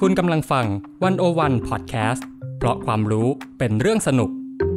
คุณกำลังฟัง101 Podcast เพราะความรู้เป็นเรื่องสนุก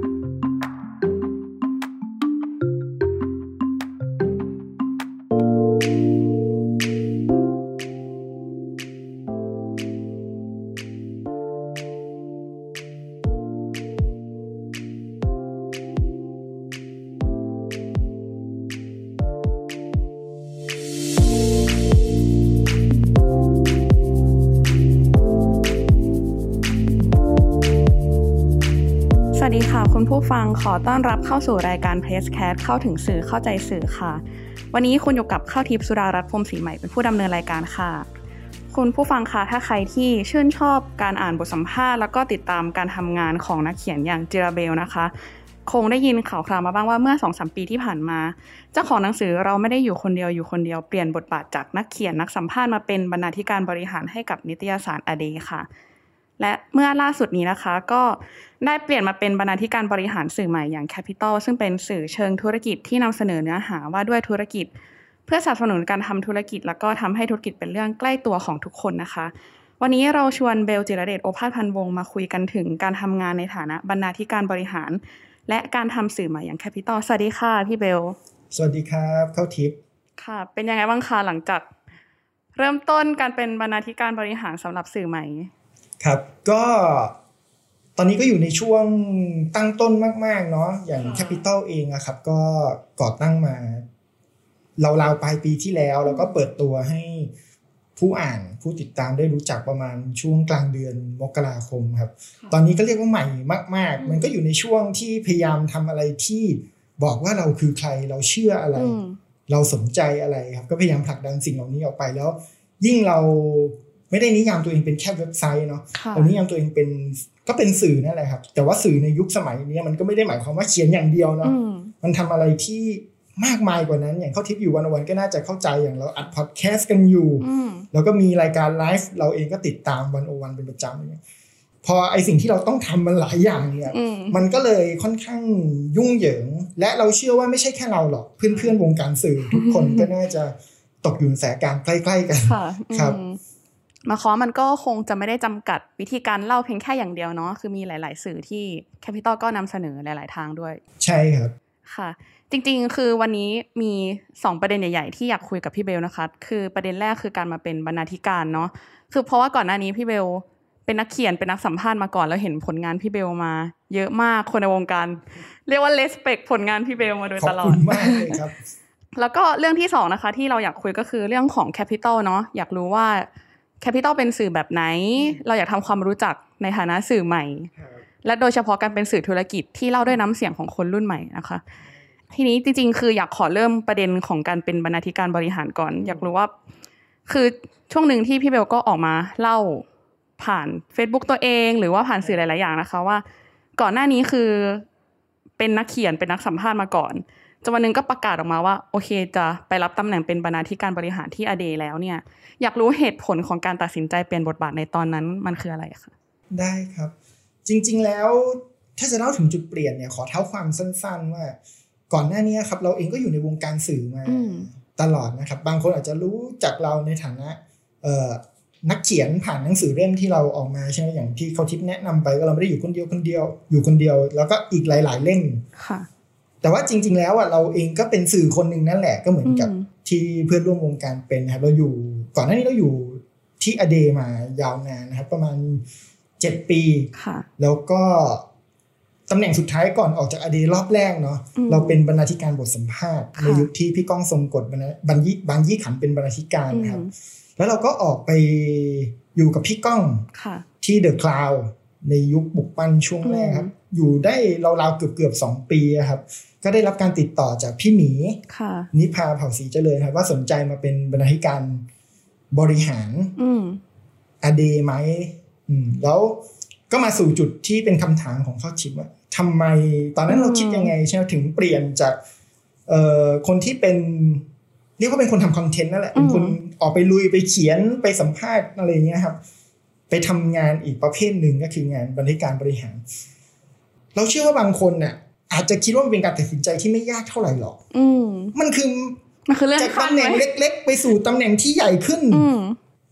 สวัสดีค่ะคุณผู้ฟังขอต้อนรับเข้าสู่รายการ Presscast เข้าถึงสื่อเข้าใจสื่อค่ะวันนี้คุณอยู่กับข้าวทิพย์สุดารัตน์พรหมศรีใหม่เป็นผู้ดำเนินรายการค่ะคุณผู้ฟังคะถ้าใครที่ชื่นชอบการอ่านบทสัมภาษณ์แล้วก็ติดตามการทำงานของนักเขียนอย่างจิราเบลนะคะคงได้ยินข่าวคราวมาบ้างว่าเมื่อ 2-3 ปีที่ผ่านมาเจ้าของหนังสือเราไม่ได้อยู่คนเดียวเปลี่ยนบทบาทจากนักเขียนนักสัมภาษณ์มาเป็นบรรณาธิการบริหารให้กับนิตยสารอเดค่ะและเมื่อล่าสุดนี้นะคะก็ได้เปลี่ยนมาเป็นบรรณาธิการบริหารสื่อใหม่อย่าง Capital ซึ่งเป็นสื่อเชิงธุรกิจที่นำเสนอเนื้อหาว่าด้วยธุรกิจเพื่อสนับสนุนการทำธุรกิจแล้วก็ทำให้ธุรกิจเป็นเรื่องใกล้ตัวของทุกคนนะคะวันนี้เราชวนเบลจิรเดชโอภาสพันวงศ์มาคุยกันถึงการทำงานในฐานะบรรณาธิการบริหารและการทำสื่อใหม่อย่าง Capital สวัสดีค่ะพี่เบลสวัสดีครับข้าวทิพย์ค่ะเป็นยังไงบ้างคะหลังจากเริ่มต้นการเป็นบรรณาธิการบริหารสำหรับสื่อใหม่ครับก็ตอนนี้ก็อยู่ในช่วงตั้งต้นมากๆเนาะอย่าง Capital เองอะครับก็ก่อตั้งมาราวๆปลายปีที่แล้วก็เปิดตัวให้ผู้อ่านผู้ติดตามได้รู้จักประมาณช่วงกลางเดือนมกราคมครับตอนนี้ก็เรียกว่าใหม่มากๆมันก็อยู่ในช่วงที่พยายามทำอะไรที่บอกว่าเราคือใครเราเชื่ออะไรเราสนใจอะไรครับก็พยายามผลักดันสิ่งเหล่านี้ออกไปแล้วยิ่งเราไม่ได้นิยามตัวเองเป็นแค่เว็บไซต์เนาะเรานิยามตัวเองเป็นก็เป็นสื่อนั่นแหละครับแต่ว่าสื่อในยุคสมัยนี้มันก็ไม่ได้หมายความว่าเขียนอย่างเดียวเนาะมันทำอะไรที่มากมายกว่านั้นอย่างเข้าทิพย์อยู่วันๆก็น่าจะเข้าใจอย่างเราอัดพอดแคสต์กันอยู่แล้วก็มีรายการไลฟ์เราเองก็ติดตาม101เป็นประจำเนี่ยพอไอสิ่งที่เราต้องทำมันหลายอย่างเนี่ยมันก็เลยค่อนข้างยุ่งเหยิงและเราเชื่อว่าไม่ใช่แค่เราหรอกเพื่อนๆวงการสื่อทุกคนก็น่าจะตกอยู่ในสถานการณ์ใกล้ๆกันครับมันก็คงจะไม่ได้จำกัดวิธีการเล่าเพียงแค่อย่างเดียวเนาะคือมีหลายๆสื่อที่ Capital ก็นำเสนอหลายๆทางด้วยใช่ครับค่ะจริงๆคือวันนี้มี2ประเด็นใหญ่ๆที่อยากคุยกับพี่เบลนะคะคือประเด็นแรกคือการมาเป็นบรรณาธิการเนาะคือเพราะว่าก่อนหน้านี้พี่เบลเป็นนักเขียนเป็นนักสัมภาษณ์มาก่อนแล้วเห็นผลงานพี่เบลมาเยอะมากคนในวงการเรียกว่า respect ผลงานพี่เบลมาโดยตลอดขอบคุณมากเลยครับแล้วก็เรื่องที่2นะคะที่เราอยากคุยก็คือเรื่องของ Capital เนาะอยากรู้ว่าCapital เป็นสื่อแบบไหนเราอยากทำความรู้จักในฐานะสื่อใหม่และโดยเฉพาะการเป็นสื่อธุรกิจที่เล่าด้วยน้ำเสียงของคนรุ่นใหม่นะคะทีนี้จริงๆคืออยากขอเริ่มประเด็นของการเป็นบรรณาธิการบริหารก่อนอยากรู้ว่าคือช่วงหนึ่งที่พี่เบลก็ออกมาเล่าผ่าน Facebook ตัวเองหรือว่าผ่านสื่อหลายๆอย่างนะคะว่าก่อนหน้านี้คือเป็นนักเขียนเป็นนักสัมภาษณ์มาก่อนจนวันนึงก็ประกาศออกมาว่าโอเคจะไปรับตำแหน่งเป็นบรรณาธิการบริหารที่อเดแล้วเนี่ยอยากรู้เหตุผลของการตัดสินใจเปลี่ยนบทบาทในตอนนั้นมันคืออะไรคะได้ครับจริงๆแล้วถ้าจะเล่าถึงจุดเปลี่ยนเนี่ยขอเท้าความสั้นๆว่าก่อนหน้านี้ครับเราเองก็อยู่ในวงการสื่อมาตลอดนะครับบางคนอาจจะรู้จักเราในฐานะนักเขียนผ่านหนังสือเล่มที่เราออกมาใช่ไหมอย่างที่เขาทิพย์แนะนำไปก็เราไม่ได้อยู่คนเดียวอยู่คนเดียวแล้วก็อีกหลายๆเล่มค่ะแต่ว่าจริงๆแล้วอ่ะเราเองก็เป็นสื่อคนหนึ่งนั่นแหละก็เหมือนกับที่เพื่อนร่วมวงการเป็นนะครับเราอยู่ก่อนหน้านี้เราอยู่ที่อเดมายาวนานนะครับประมาณ7 ปีแล้วก็ตำแหน่งสุดท้ายก่อนออกจากอเดรอบแรกเนาะเราเป็นบรรณาธิการบทสัมภาษณ์ในยุคที่พี่ก้องทรงกฎบางยี่ขันเป็นบรรณาธิการนะครับแล้วเราก็ออกไปอยู่กับพี่ก้องที่เดอะคลาวด์ในยุคบุกปั้นช่วงแรกครับอยู่ได้ราวๆเกือบ2 ปีครับก็ได้รับการติดต่อจากพี่หมีนิพาเผ่าศรีเจริญครับว่าสนใจมาเป็นบรรณาธิการบริหารอเดไหมแล้วก็มาสู่จุดที่เป็นคำถามของข้อชิปว่าทำไมตอนนั้นเราคิดยังไงใช่ไหมถึงเปลี่ยนจากคนที่เป็นเรียกว่าเป็นคนทำคอนเทนต์นั่นแหละเป็นคนออกไปลุยไปเขียนไปสัมภาษณ์อะไรอย่างเงี้ยครับไปทำงานอีกประเภทหนึ่งก็คืองานบรรณาธิการบริหารเราเชื่อว่าบางคนน่ะอาจจะคิดว่ามันเป็นการตัดสินใจที่ไม่ยากเท่าไหร่หรอกมันคือเรื่องจากตำแหน่งเล็กๆไปสู่ตำแหน่งที่ใหญ่ขึ้น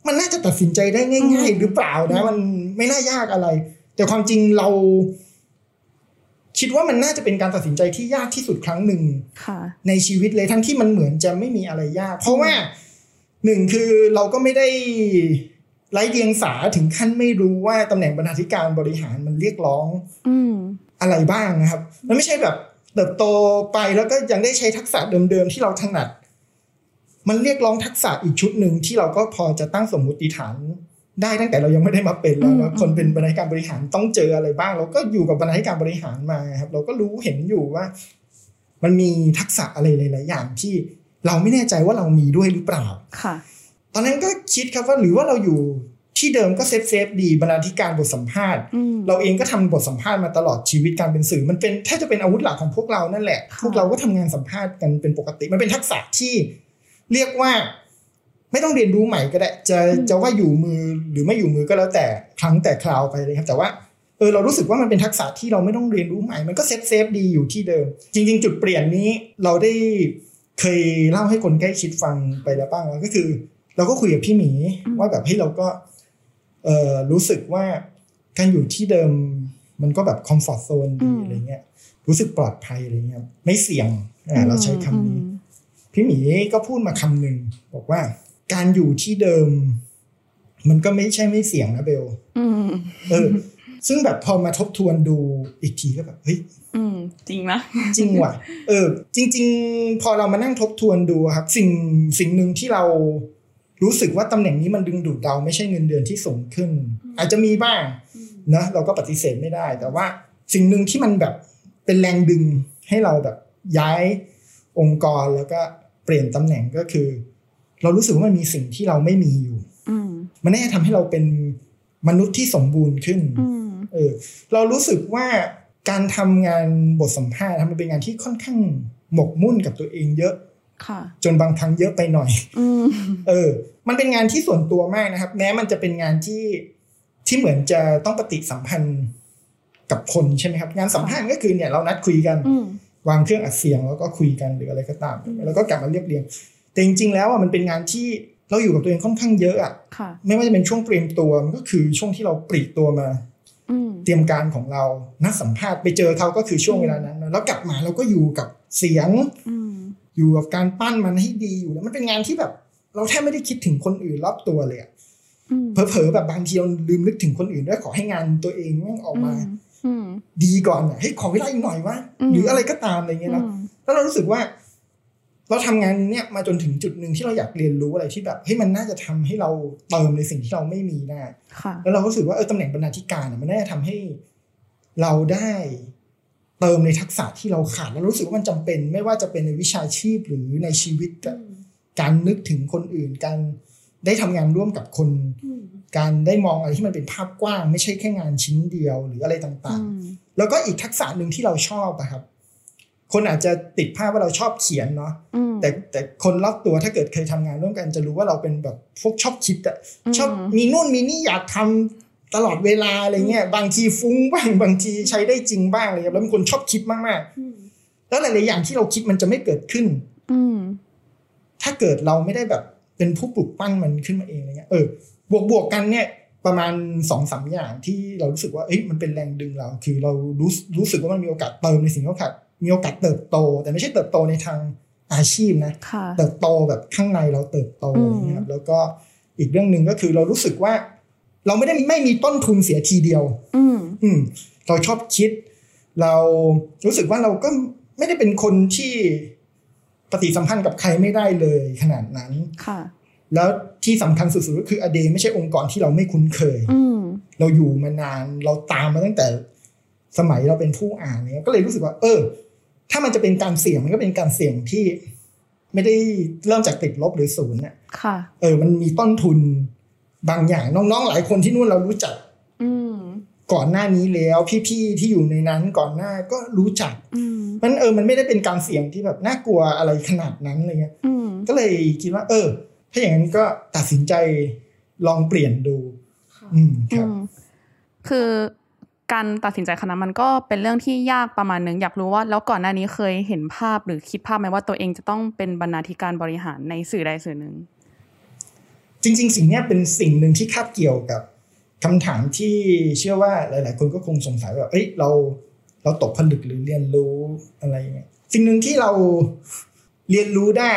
มันน่าจะตัดสินใจได้ง่ายๆหรือเปล่านะมันไม่น่ายากอะไรแต่ความจริงเราคิดว่ามันน่าจะเป็นการตัดสินใจที่ยากที่สุดครั้งหนึ่งในชีวิตเลยทั้งที่มันเหมือนจะไม่มีอะไรยากเพราะว่าหนึ่งคือเราก็ไม่ได้ไร้เดียงสาถึงขั้นไม่รู้ว่าตำแหน่งบรรณาธิการบริหารมันเรียกร้องอะไรบ้างนะครับมันไม่ใช่แบบเติบโตไปแล้วก็ยังได้ใช้ทักษะเดิมๆที่เราถนัดมันเรียกร้องทักษะอีกชุดหนึ่งที่เราก็พอจะตั้งสมมุติฐานได้ตั้งแต่เรายังไม่ได้มาเป็นแล้วนะคนเป็นบรรณาธิการบริหารต้องเจออะไรบ้างเราก็อยู่กับบรรณาธิการบริหารมาครับเราก็รู้เห็นอยู่ว่ามันมีทักษะอะไรหลายๆอย่างที่เราไม่แน่ใจว่าเรามีด้วยหรือเปล่าค่ะตอนนั้นก็คิดครับว่าหรือว่าเราอยู่ที่เดิมก็เซฟดีบรรณาธิการบทสัมภาษณ์เราเองก็ทำบทสัมภาษณ์มาตลอดชีวิตการเป็นสื่อมันเป็นแทบจะเป็นอาวุธหลักของพวกเรานั่นแหละพวกเราก็ทำงานสัมภาษณ์กันเป็นปกติมันเป็นทักษะที่เรียกว่าไม่ต้องเรียนรู้ใหม่ก็ได้จะว่าอยู่มือหรือไม่อยู่มือก็แล้วแต่ครั้งแต่คราวไปเลยครับแต่ว่าเรารู้สึกว่ามันเป็นทักษะที่เราไม่ต้องเรียนรู้ใหม่มันก็เซฟดีอยู่ที่เดิมจริงๆจุดเปลี่ยนนี้เราได้เคยเล่าให้คนใกล้ชิดฟังไปแล้วบ้างแล้วก็คือเราก็คุยกับพี่หมีว่าแบบให้เราก็รู้สึกว่าการอยู่ที่เดิมมันก็แบบคอมฟอร์ตโซนดีอะไรเงี้ยรู้สึกปลอดภัยอะไรเงี้ยไม่เสี่ยงเราใช้คำนี้พี่หมีก็พูดมาคำหนึ่งบอกว่าการอยู่ที่เดิมมันก็ไม่ใช่ไม่เสี่ยงนะเบลซึ่งแบบพอมาทบทวนดูอีกทีก็แบบเฮ้ยจริงนะจริงว่ะจริงๆพอเรามานั่งทบทวนดูครับสิ่งหนึ่งที่เรารู้สึกว่าตำแหน่งนี้มันดึงดูดเราไม่ใช่เงินเดือนที่สูงขึ้นอาจจะมีบ้างนะเราก็ปฏิเสธไม่ได้แต่ว่าสิ่งหนึ่งที่มันแบบเป็นแรงดึงให้เราแบบย้ายองค์กรแล้วก็เปลี่ยนตำแหน่งก็คือเรารู้สึกว่ามันมีสิ่งที่เราไม่มีอยู่มันน่าจะทำให้เราเป็นมนุษย์ที่สมบูรณ์ขึ้นเรารู้สึกว่าการทำงานบทสัมภาษณ์มันเป็นงานที่ค่อนข้างหมกมุ่นกับตัวเองเยอะจนบางครั้งเยอะไปหน่อยมันเป็นงานที่ส่วนตัวมากนะครับแม้มันจะเป็นงานที่เหมือนจะต้องปฏิสัมพันธ์กับคนใช่ไหมครับงานสัมภาษณ์ก็คือเนี่ยเรานัดคุยกันวางเครื่องอัดเสียงแล้วก็คุยกันหรืออะไรก็ตามแล้วก็กลับมาเรียบเรียงแต่จริงๆแล้วมันเป็นงานที่เราอยู่กับตัวเองค่อนข้างเยอะอ่ะไม่ว่าจะเป็นช่วงเตรียมตัวมันก็คือช่วงที่เราปลีกตัวมาเตรียมการของเรานัดสัมภาษณ์ไปเจอเขาก็คือช่วงเวลานั้นแล้วกลับมาเราก็อยู่กับเสียงอยู่กับการปั้นมันให้ดีอยู่แล้วมันเป็นงานที่แบบเราแทบไม่ได้คิดถึงคนอื่นรอบตัวเลยอ่ะเผลอๆแบบบางทีเราลืมนึกถึงคนอื่นด้วยขอให้งานตัวเองแม่งออกมาดีก่อนอ่ะให้ขอเวลาอีกหน่อยวะหรืออะไรก็ตามอะไรเงี้ยนะแล้วเรารู้สึกว่าเราทำงานเนี้ยมาจนถึงจุดหนึ่งที่เราอยากเรียนรู้อะไรที่แบบเฮ้ยมันน่าจะทำให้เราเติมในสิ่งที่เราไม่มีได้แล้วเรารู้สึกว่าตำแหน่งบรรณาธิการมันน่าจะทำให้เราได้เติมในทักษะที่เราขาดแล้วรู้สึกว่ามันจำเป็นไม่ว่าจะเป็นในวิชาชีพหรือในชีวิตการนึกถึงคนอื่นการได้ทำงานร่วมกับคนการได้มองอะไรที่มันเป็นภาพกว้างไม่ใช่แค่งานชิ้นเดียวหรืออะไรต่างๆแล้วก็อีกทักษะหนึ่งที่เราชอบอะครับคนอาจจะติดภาพว่าเราชอบเขียนเนาะแต่คนรอบตัวถ้าเกิดเคยทำงานร่วมกันจะรู้ว่าเราเป็นแบบพวกชอบคิดอะชอบมีนู่นมีนี่อยากทำตลอดเวลาอะไรเงี้ยบางทีฟุ้งบ้างบางทีใช้ได้จริงบ้างอะไรแล้วเป็นคนชอบคิดมากๆแล้วหลายๆอย่างที่เราคิดมันจะไม่เกิดขึ้นถ้าเกิดเราไม่ได้แบบเป็นผู้ปลุกปั้นมันขึ้นมาเองอะไรเงี้ยบวกกันเนี่ยประมาณ 2-3 อย่างที่เรารู้สึกว่ามันเป็นแรงดึงเราคือเรารู้สึกว่ามันมีโอกาสเติมในสิ่งที่เราขาดมีโอกาสเติบโตแต่ไม่ใช่เติบโตในทางอาชีพนะเติบโตแบบข้างในเราเติบโตนะครับแล้วก็อีกเรื่องนึงก็คือเรารู้สึกว่าเราไม่มีต้นทุนเสียทีเดียวเราชอบคิดเรารู้สึกว่าเราก็ไม่ได้เป็นคนที่ปฏิสัมพันธ์กับใครไม่ได้เลยขนาดนั้นแล้วที่สำคัญสุดๆก็คืออเดไม่ใช่องค์กรที่เราไม่คุ้นเคยเราอยู่มานานเราตามมาตั้งแต่สมัยเราเป็นผู้อ่านเนี่ยก็เลยรู้สึกว่าถ้ามันจะเป็นการเสี่ยงมันก็เป็นการเสี่ยงที่ไม่ได้เริ่มจากติดลบหรือศูนย์เนี่ยมันมีต้นทุนบางอย่างน้องๆหลายคนที่นู่นเรารู้จักก่อนหน้านี้แล้วพี่ๆที่อยู่ในนั้นก่อนหน้าก็รู้จักมันไม่ได้เป็นการเสี่ยงที่แบบน่ากลัวอะไรขนาดนั้นอะไรเงี้ยก็เลยคิดว่าถ้าอย่างนั้นก็ตัดสินใจลองเปลี่ยนดูครับคือการตัดสินใจขนาดมันก็เป็นเรื่องที่ยากประมาณนึงอยากรู้ว่าแล้วก่อนหน้านี้เคยเห็นภาพหรือคิดภาพไหมว่าตัวเองจะต้องเป็นบรรณาธิการบริหารในสื่อใดสื่อหนึ่งจริงๆสิ่งนี้เป็นสิ่งหนึ่งที่คาบเกี่ยวกับคำถามที่เชื่อว่าหลายๆคนก็คงสงสัยว่าเราตกผลึกหรือเรียนรู้อะไรอย่างเงี้ยสิ่งหนึ่งที่เราเรียนรู้ได้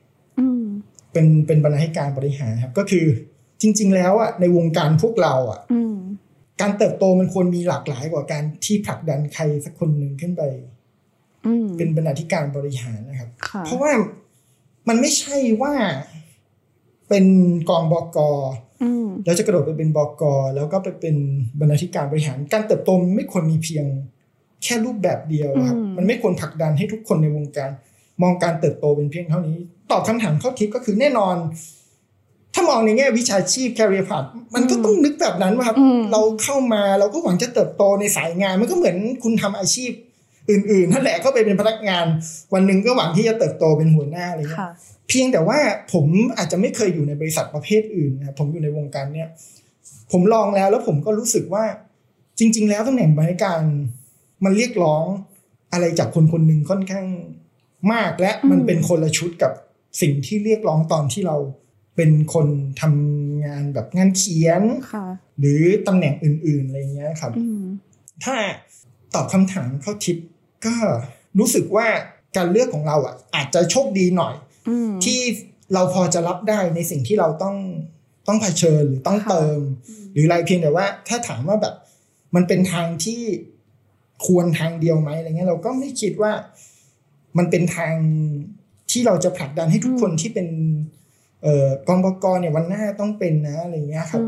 เป็นบรรณาธิการบริหารครับก็คือจริงๆแล้วในวงการพวกเราการเติบโตมันควรมีหลากหลายกว่าการที่ผลักดันใครสักคนหนึ่งขึ้นไปเป็นบรรณาธิการบริหารนะครับเพราะว่ามันไม่ใช่ว่าเป็นกองบก.แล้วจะกระโดดไปเป็นบก.แล้วก็ไปเป็นบรรณาธิการบริหารการเติบโตไม่ควรมีเพียงแค่รูปแบบเดียวครับมันไม่ควรผลักดันให้ทุกคนในวงการมองการเติบโตเป็นเพียงเท่านี้ตอบคำถามข้อทิพย์ก็คือแน่นอนถ้ามองในแง่วิชาชีพ career path มันก็ต้องนึกแบบนั้นว่าครับเราเข้ามาเราก็หวังจะเติบโตในสายงานมันก็เหมือนคุณทำอาชีพอื่นๆนั่นแหละก็ไปเป็นพนักงานวันหนึ่งก็หวังที่จะเติบโตเป็นหัวหน้าอะไรเงี้ยเพียงแต่ว่าผมอาจจะไม่เคยอยู่ในบริษัทประเภทอื่นนะผมอยู่ในวงการเนี้ยผมลองแล้วผมก็รู้สึกว่าจริงๆแล้วตำแหน่งบริการมันเรียกร้องอะไรจากคนคนหนึ่งค่อนข้างมากและมันเป็นคนละชุดกับสิ่งที่เรียกร้องตอนที่เราเป็นคนทำงานแบบงานเขียนหรือตำแหน่งอื่นๆอะไรเงี้ยครับถ้าตอบคำถามเข้าทิปก็รู้สึกว่าการเลือกของเราอาจจะโชคดีหน่อยที่เราพอจะรับได้ในสิ่งที่เราต้องเผชิญหรือต้องเติมหรืออะไรเพียงแต่ว่าถ้าถามว่าแบบมันเป็นทางที่ควรทางเดียวไหมอะไรเงี้ยเราก็ไม่คิดว่ามันเป็นทางที่เราจะผลักดันให้ทุกคนที่เป็นกองบก.เนี่ยวันหน้าต้องเป็นนะอะไรเงี้ยครับ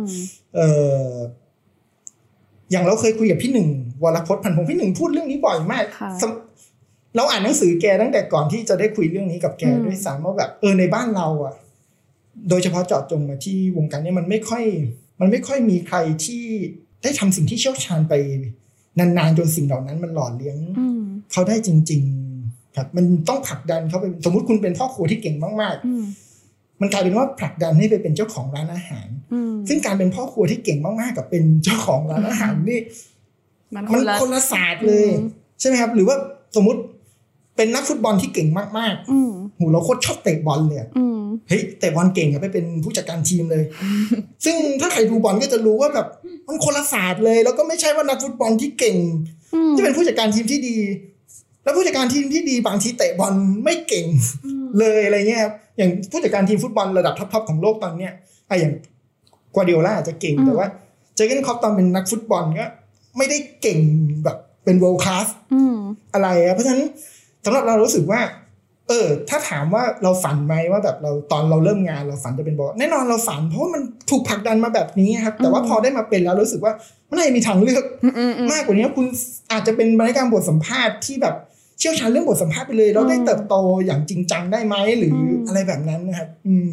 อย่างเราเคยคุยกับพี่หนึ่งวรพจน์พันพงษ์พี่หนึ่งพูดเรื่องนี้บ่อยมากเราอ่านหนังสือแกตั้งแต่ก่อนที่จะได้คุยเรื่องนี้กับแกด้วยซ้ำว่าแบบในบ้านเราโดยเฉพาะเจาะจงมาที่วงการนี้มันไม่ค่อยมีใครที่ได้ทำสิ่งที่เชี่ยวชาญไปนานๆจนสิ่งเหล่านั้นมันหล่อเลี้ยงเขาได้จริงๆครับมันต้องผลักดันเขาไปสมมุติคุณเป็นพ่อครัวที่เก่งมากๆมันกลายเป็นว่าผลักดันให้ไปเป็นเจ้าของร้านอาหารซึ่งการเป็นพ่อครัวที่เก่งมากๆกับเป็นเจ้าของร้านอาหารนี่มันคนละศาสตร์เลยใช่ไหมครับหรือว่าสมมุติเป็นนักฟุตบอลที่เก่งมากๆโหเราโคตรชอบเตะบอลเลยเฮ้ยเตะบอลเก่งไปเป็นผู้จัดการทีมเลยซึ่งถ้าใครดูบอลก็จะรู้ว่าแบบมันคนละศาสตร์เลยแล้วก็ไม่ใช่ว่านักฟุตบอลที่เก่งจะเป็นผู้จัดการทีมที่ดีแล้วผู้จัดการทีมที่ดีบางทีเตะบอลไม่เก่งเลยอะไรเงี้ยครับอย่างผู้จัดการทีมฟุตบอลระดับท็อปๆของโลกตอนเนี้ยอย่างกวาร์ดิโอลาอาจจะเก่งแต่ว่าเจอร์เกนคล็อปตอนเป็นนักฟุตบอลก็ไม่ได้เก่งแบบเป็น world class อะไรเพราะฉะนั้นสำหรับเรารู้สึกว่าถ้าถามว่าเราฝันไหมว่าแบบเราตอนเราเริ่มงานเราฝันจะเป็นบอสแน่นอนเราฝันเพราะว่ามันถูกผลักดันมาแบบนี้ครับแต่ว่าพอได้มาเป็นแล้วรู้สึกว่ามันน่าจะมีทางเลือกมากกว่านี้คุณอาจจะเป็นบรรณาธิการบทสัมภาษณ์ที่แบบเชี่ยวชาญเรื่องบทสัมภาษณ์ไปเลยเราได้เติบโตอย่างจริงจังได้ไหมหรืออะไรแบบนั้นนะครับ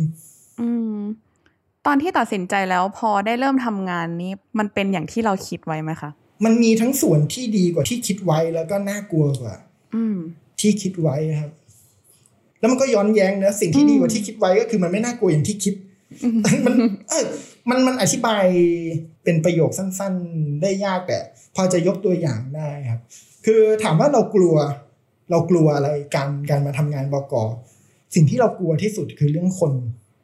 ตอนที่ตัดสินใจแล้วพอได้เริ่มทำงานนี้มันเป็นอย่างที่เราคิดไว้ไหมคะมันมีทั้งส่วนที่ดีกว่าที่คิดไว้แล้วก็น่ากลัวกว่าที่คิดไว้ครับแล้วมันก็ย้อนแย้งนะสิ่งที่ดีกว่าที่คิดไว้ก็คือมันไม่น่ากลัวอย่างที่คิดมันอธิบายเป็นประโยคสั้นๆได้ยากแต่พอจะยกตัวอย่างได้ครับคือถามว่าเรากลัวอะไรการมาทำงานบก.สิ่งที่เรากลัวที่สุดคือเรื่องคน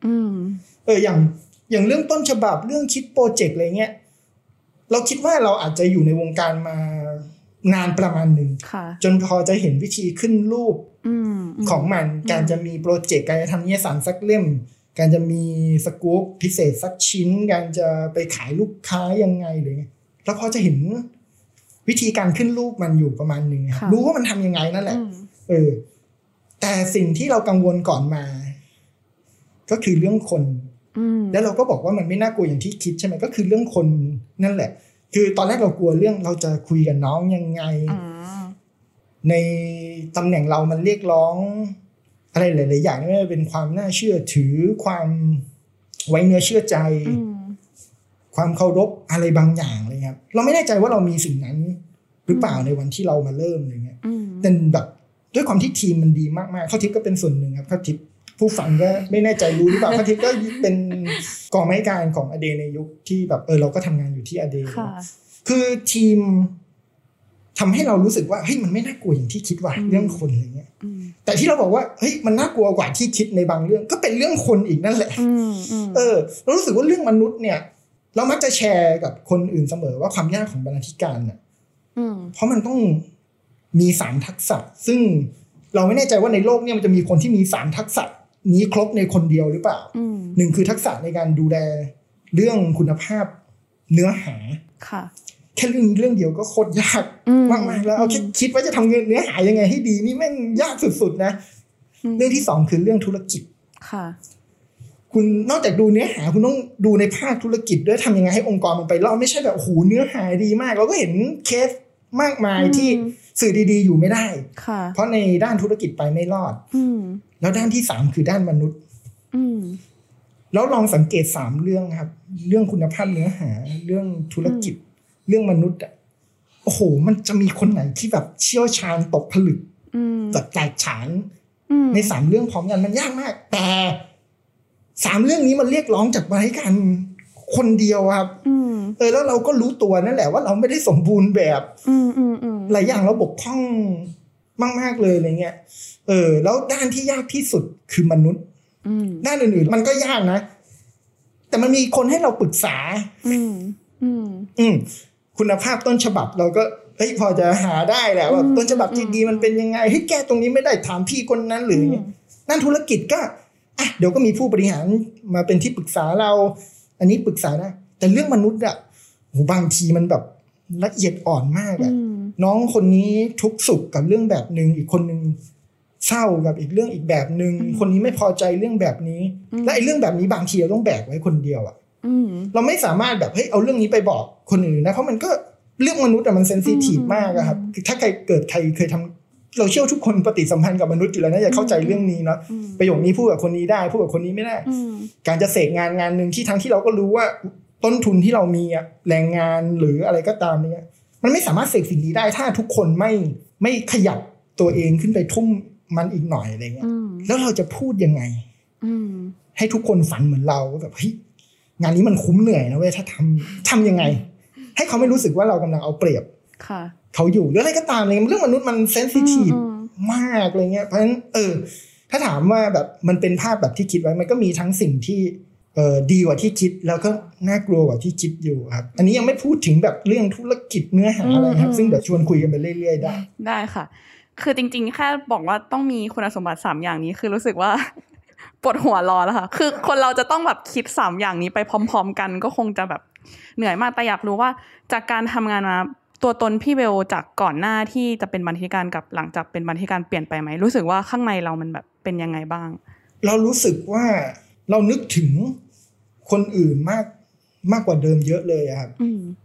อย่างเรื่องต้นฉบับเรื่องคิดโปรเจกต์อะไรเงี้ยเราคิดว่าเราอาจจะอยู่ในวงการมานานประมาณหนึ่งจนพอจะเห็นวิธีขึ้นรูปของมันการจะมีโปรเจกต์การจะทำนิยายสารสักเล่มการจะมีสกู๊ปพิเศษสักชิ้นการจะไปขายลูกค้ายังไงหรือแล้วพอจะเห็นวิธีการขึ้นรูปมันอยู่ประมาณนึงรู้ว่ามันทำยังไงนั่นแหละแต่สิ่งที่เรากังวลก่อนมาก็คือเรื่องคนแล้วเราก็บอกว่ามันไม่น่ากลัวอย่างที่คิดใช่ไหมก็คือเรื่องคนนั่นแหละคือตอนแรกเรากลัวเรื่องเราจะคุยกับน้องยังไงในตำแหน่งเรามันเรียกร้องอะไรหลายๆอย่างไม่ว่าเป็นความน่าเชื่อถือความไว้เนื้อเชื่อใจความเคารพอะไรบางอย่างอะไรครับเราไม่แน่ใจว่าเรามีสิ่งนั้นหรือเปล่าในวันที่เรามาเริ่มอะไรเงี้ยแต่แบบด้วยความที่ทีมมันดีมากๆข้าวทิพย์ก็เป็นส่วนหนึ่งครับข้าวทิพย์ผู้ฟังก็ไม่แน่ใจรู้หรือเปล่าข้าวทิพย์ก็เป็นกองบรรณาธิการของอเดในยุคที่แบบเราก็ทำงานอยู่ที่อเดคือทีมททำให้เรารู้สึกว่าเฮ้ยมันไม่น่ากลัวอย่างที่คิดว่าเรื่องคนอะไรเงี้ยแต่ที่เราบอกว่าเฮ้ยมันน่ากลัวกว่าที่คิดในบางเรื่องก็เป็นเรื่องคนอีกนั่นแหละเรารู้สึกว่าเรื่องมนุษย์เนี่ยเรามักจะแชร์กับคนอื่นเสมอว่าความยากของบรรณาธิการเนี่ยเพราะมันต้องมี3ทักษะซึ่งเราไม่แน่ใจว่าในโลกเนี่ยมันจะมีคนที่มี3ทักษะนี้ครบในคนเดียวหรือเปล่า1คือทักษะในการดูแลเรื่องคุณภาพเนื้อหาค่ะแค่เรื่องนี้เรื่องเดียวก็โคตรยากมากๆแล้วเอาแค่คิดว่าจะทำเนื้อหายังไงให้ดีนี่แม่งยากสุดๆนะเรื่องที่2คือเรื่องธุรกิจค่ะคุณนอกจากดูเนื้อหาคุณต้องดูในภาคธุรกิจด้วยทำยังไงให้องค์กรมันไปรอดไม่ใช่แบบโอ้โหเนื้อหาดีมากเราก็เห็นเคสมากมายที่สื่อดีๆอยู่ไม่ได้เพราะในด้านธุรกิจไปไม่รอดแล้วด้านที่3คือด้านมนุษย์แล้วลองสังเกต3เรื่องครับเรื่องคุณภาพเนื้อหาเรื่องธุรกิจเรื่องมนุษย์โอ้โหมันจะมีคนไหนที่แบบเชี่ยวชาญตกผลึกแบบแตกฉานใน3เรื่องพร้อมกันมันยากมากแต่3เรื่องนี้มันเรียกร้องจากบริการคนเดียวครับแล้วเราก็รู้ตัวนั่นแหละว่าเราไม่ได้สมบูรณ์แบบหลายอย่างเราบกพร่องมากๆเลยอะไรเงี้ยแล้วด้านที่ยากที่สุดคือมนุษย์ด้านอื่นๆมันก็ยากนะแต่มันมีคนให้เราปรึกษาคุณภาพต้นฉบับเราก็พอจะหาได้แหละว่าต้นฉบับที่ดีมันเป็นยังไงแก้ตรงนี้ไม่ได้ถามพี่คนนั้นหรือด้านธุรกิจก็เดี๋ยวก็มีผู้บริหารมาเป็นที่ปรึกษาเราอันนี้ปรึกษาได้แต่เรื่องมนุษย์บางทีมันแบบละเอียดอ่อนมากน้องคนนี้ทุกข์สุขกับเรื่องแบบนึงอีกคนนึงเศร้ากับอีกเรื่องอีกแบบนึงคนนี้ไม่พอใจเรื่องแบบนี้และไอ้เรื่องแบบนี้บางทีเราต้องแบกไว้คนเดียวเราไม่สามารถแบบเอาเรื่องนี้ไปบอกคนอื่นนะเพราะมันก็เรื่องมนุษย์มันเซนซิทีฟมากครับถ้าใครเคยทำเราเชื่อทุกคนปฏิสัมพันธ์กับมนุษย์อยู่แล้วนะอย่าเข้าใจเรื่องนี้เนาะประโยคนี้พูดกับคนนี้ได้พูดกับคนนี้ไม่ได้การจะเสกงานนึงที่ทั้งที่เราก็รู้ว่าต้นทุนที่เรามีแรงงานหรืออะไรก็ตามเนี่ยมันไม่สามารถเสกสิ่งนี้ได้ถ้าทุกคนไม่ขยับตัวเองขึ้นไปทุ่มมันอีกหน่อยอะไรเงี้ยแล้วเราจะพูดยังไงให้ทุกคนฝันเหมือนเราแบบเฮ้ยงานนี้มันคุ้มเหนื่อยนะเว้ยถ้าทำยังไงให้เขาไม่รู้สึกว่าเรากำลังเอาเปรียบเขาอยู่หรืออะไรก็ตามเลยเรื่องมนุษย์มันเซนซิทีฟมากอะไรเงี้ยเพราะฉะนั้นถ้าถามว่าแบบมันเป็นภาพแบบที่คิดไว้มันก็มีทั้งสิ่งที่ดีกว่าที่คิดแล้วก็น่ากลัวกว่าที่คิดอยู่ครับอันนี้ยังไม่พูดถึงแบบเรื่องธุรกิจเนื้อหาอะไรครับซึ่งเดี๋ยวชวนคุยกันไปเรื่อยๆได้ค่ะคือจริงๆแค่บอกว่าต้องมีคุณสมบัติ3อย่างนี้คือรู้สึกว่าปวดหัวรอแล้วค่ะคือคนเราจะต้องแบบคิด3อย่างนี้ไปพร้อมๆกันก็คงจะแบบเหนื่อยมากแต่อยากรู้ว่าจากการทำงานมาตัวตนพี่เบลจากก่อนหน้าที่จะเป็นบรรณาธิการกับหลังจากเป็นบรรณาธิการเปลี่ยนไปไหมรู้สึกว่าข้างในเรามันแบบเป็นยังไงบ้างเรารู้สึกว่าเรานึกถึงคนอื่นมากกว่าเดิมเยอะเลยครับ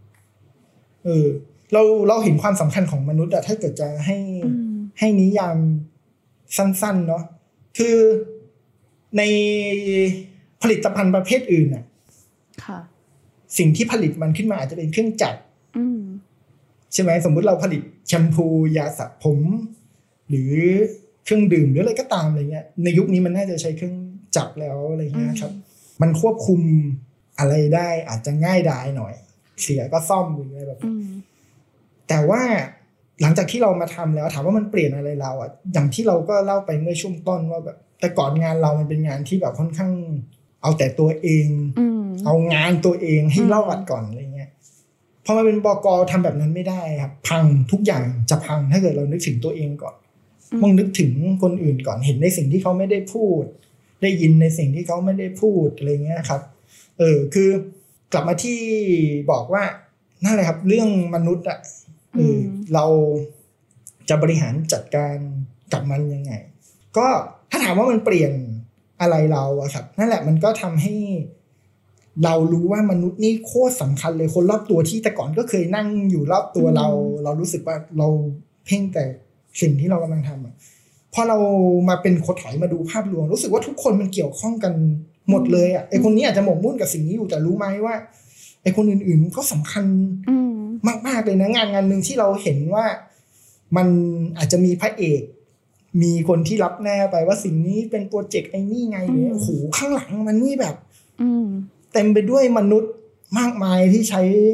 เราเห็นความสำคัญของมนุษย์ถ้าเกิดจะให้นิยามสั้นๆเนาะคือในผลิตภัณฑ์ประเภทอื่นสิ่งที่ผลิตมันขึ้นมาอาจจะเป็นเครื่องจักรใช่ไหมสมมุติเราผลิตแชมพูยาสระผมหรือเครื่องดื่มหรืออะไรก็ตามอะไรเงี้ยในยุคนี้มันน่าจะใช้เครื่องจักรแล้วอะไรเงี้ยครับมันควบคุมอะไรได้อาจจะง่ายดายหน่อยเสียก็ซ่อมหรืออะไรแบบแต่ว่าหลังจากที่เรามาทำแล้วถามว่ามันเปลี่ยนอะไรเราอย่างที่เราก็เล่าไปเมื่อช่วงต้นว่าแบบแต่ก่อนงานเรามันเป็นงานที่แบบค่อนข้างเอาแต่ตัวเองเอางานตัวเองให้รอดก่อนอะไรเงี้ยพอมาเป็นบก.ทำแบบนั้นไม่ได้ครับพังทุกอย่างจะพังถ้าเกิดเรานึกถึงตัวเองก่อนมองนึกถึงคนอื่นก่อนเห็นในสิ่งที่เขาไม่ได้พูดได้ยินในสิ่งที่เขาไม่ได้พูดอะไรเงี้ยครับคือกลับมาที่บอกว่านั่นแหละครับเรื่องมนุษย์เราจะบริหารจัดการกับมันยังไงก็ถ้าถามว่ามันเปลี่ยนอะไรเราครับนั่นแหละมันก็ทำให้เรารู้ว่ามนุษย์นี่โคตรสำคัญเลยคนรอบตัวที่แต่ก่อนก็เคยนั่งอยู่รอบตัวเรารู้สึกว่าเราเพ่งแต่สิ่งที่เรากำลังทำพอเรามาเป็นโคถอยมาดูภาพรวมรู้สึกว่าทุกคนมันเกี่ยวข้องกันหมดเลยไอ้คนนี้อาจจะหมกมุ่นกับสิ่งนี้อยู่แต่รู้ไหมว่าไอ้คนอื่นๆก็สำคัญมากๆเลยนะงานนึงที่เราเห็นว่ามันอาจจะมีพระเอกมีคนที่รับแน่ไปว่าสิ่งนี้เป็นโปรเจกต์ไอ้นี่ไงเนี่ยโอ้โหข้างหลังมันนี่แบบเต็มไปด้วยมนุษย์มากมายที่ใช้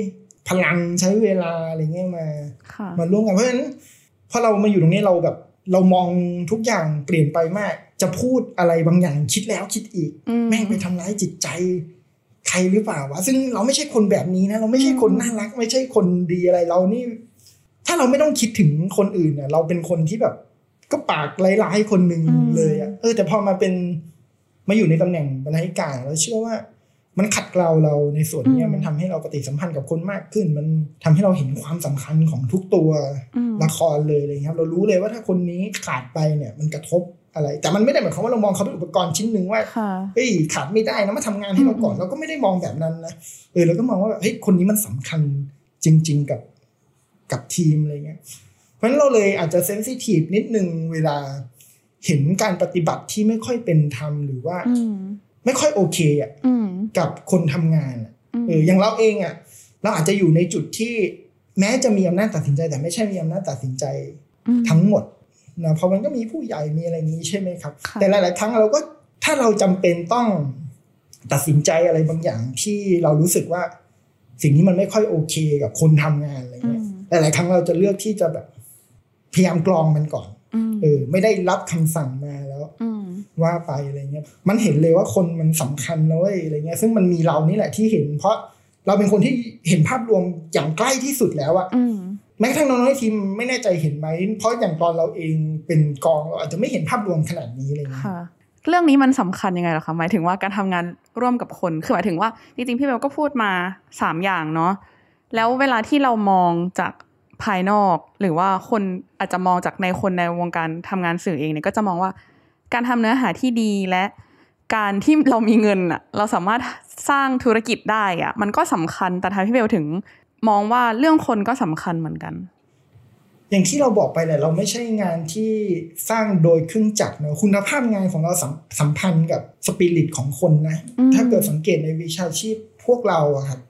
พลังใช้เวลาอะไรเงี้ยมาร่วมกันเพราะฉะนั้นพอเรามาอยู่ตรงนี้เราแบบเรามองทุกอย่างเปลี่ยนไปมากจะพูดอะไรบางอย่างคิดแล้วคิดอีกแม่งไปทำร้ายจิตใจใครหรือเปล่าวะซึ่งเราไม่ใช่คนแบบนี้นะเราไม่ใช่คนน่ารักไม่ใช่คนดีอะไรเรานี่ถ้าเราไม่ต้องคิดถึงคนอื่นเนี่ยเราเป็นคนที่แบบก็ปากร้ายๆคนหนึ่งเลยอ่ะแต่พอมาอยู่ในตำแหน่งบรรณาธิการเราเชื่อว่ามันขัดเกลาเราในส่วนนี้มันทำให้เราปฏิสัมพันธ์กับคนมากขึ้นมันทำให้เราเห็นความสำคัญของทุกตัวละครเลยอะไรครับเรารู้เลยว่าถ้าคนนี้ขาดไปเนี่ยมันกระทบอะไรแต่มันไม่ได้หมายความว่าเรามองเขาเป็นอุปกรณ์ชิ้นหนึ่งว่าเฮ้ยขาดไม่ได้นะมาทำงานให้เราก่อนเราก็ไม่ได้มองแบบนั้นนะเราก็มองว่าเฮ้ยคนนี้มันสำคัญจริงๆกับทีมอะไรเงี้ยเพราะฉะนั้นเราเลยอาจจะเซนซิทีฟนิดนึงเวลาเห็นการปฏิบัติที่ไม่ค่อยเป็นธรรมหรือว่าไม่ค่อยโอเคอ่ะกับคนทำงานอย่างเราเองอ่ะเราอาจจะอยู่ในจุดที่แม้จะมีอำนาจตัดสินใจแต่ไม่ใช่มีอำนาจตัดสินใจทั้งหมดนะเพราะมันก็มีผู้ใหญ่มีอะไรนี้ใช่ไหมครับแต่หลายๆครั้งเราก็ถ้าเราจำเป็นต้องตัดสินใจอะไรบางอย่างที่เรารู้สึกว่าสิ่งนี้มันไม่ค่อยโอเคกับคนทำงานอะไรเงี้ยหลายๆครั้งเราจะเลือกที่จะแบบพยายามกรองมันก่อนไม่ได้รับคำสั่งมาแล้วว่าไปอะไรเงี้ยมันเห็นเลยว่าคนมันสำคัญนะเว้ยอะไรเงี้ยซึ่งมันมีเรานี่แหละที่เห็นเพราะเราเป็นคนที่เห็นภาพรวมอย่างใกล้ที่สุดแล้วอะแม้กระทั่งน้องๆในทีมไม่แน่ใจเห็นไหมเพราะอย่างตอนเราเองเป็นกองเราอาจจะไม่เห็นภาพรวมขนาดนี้อะไรเงี้ยเรื่องนี้มันสำคัญยังไงล่ะคะหมายถึงว่าการทำงานร่วมกับคนคือหมายถึงว่าจริงๆพี่เบลก็พูดมา3อย่างเนาะแล้วเวลาที่เรามองจากภายนอกหรือว่าคนอาจจะมองจากในคนในวงการทำงานสื่อเองเนี่ยก็จะมองว่าการทำเนื้อหาที่ดีและการที่เรามีเงินอ่ะเราสามารถสร้างธุรกิจได้อ่ะมันก็สำคัญแต่ทางพี่เบลถึงมองว่าเรื่องคนก็สำคัญเหมือนกันอย่างที่เราบอกไปแหละเราไม่ใช่งานที่สร้างโดยเครื่องจักรนะคุณภาพงานของเราสัมพันธ์กับสปิริตของคนนะถ้าเกิดสังเกตในวิชาชีพพวกเราอะครับ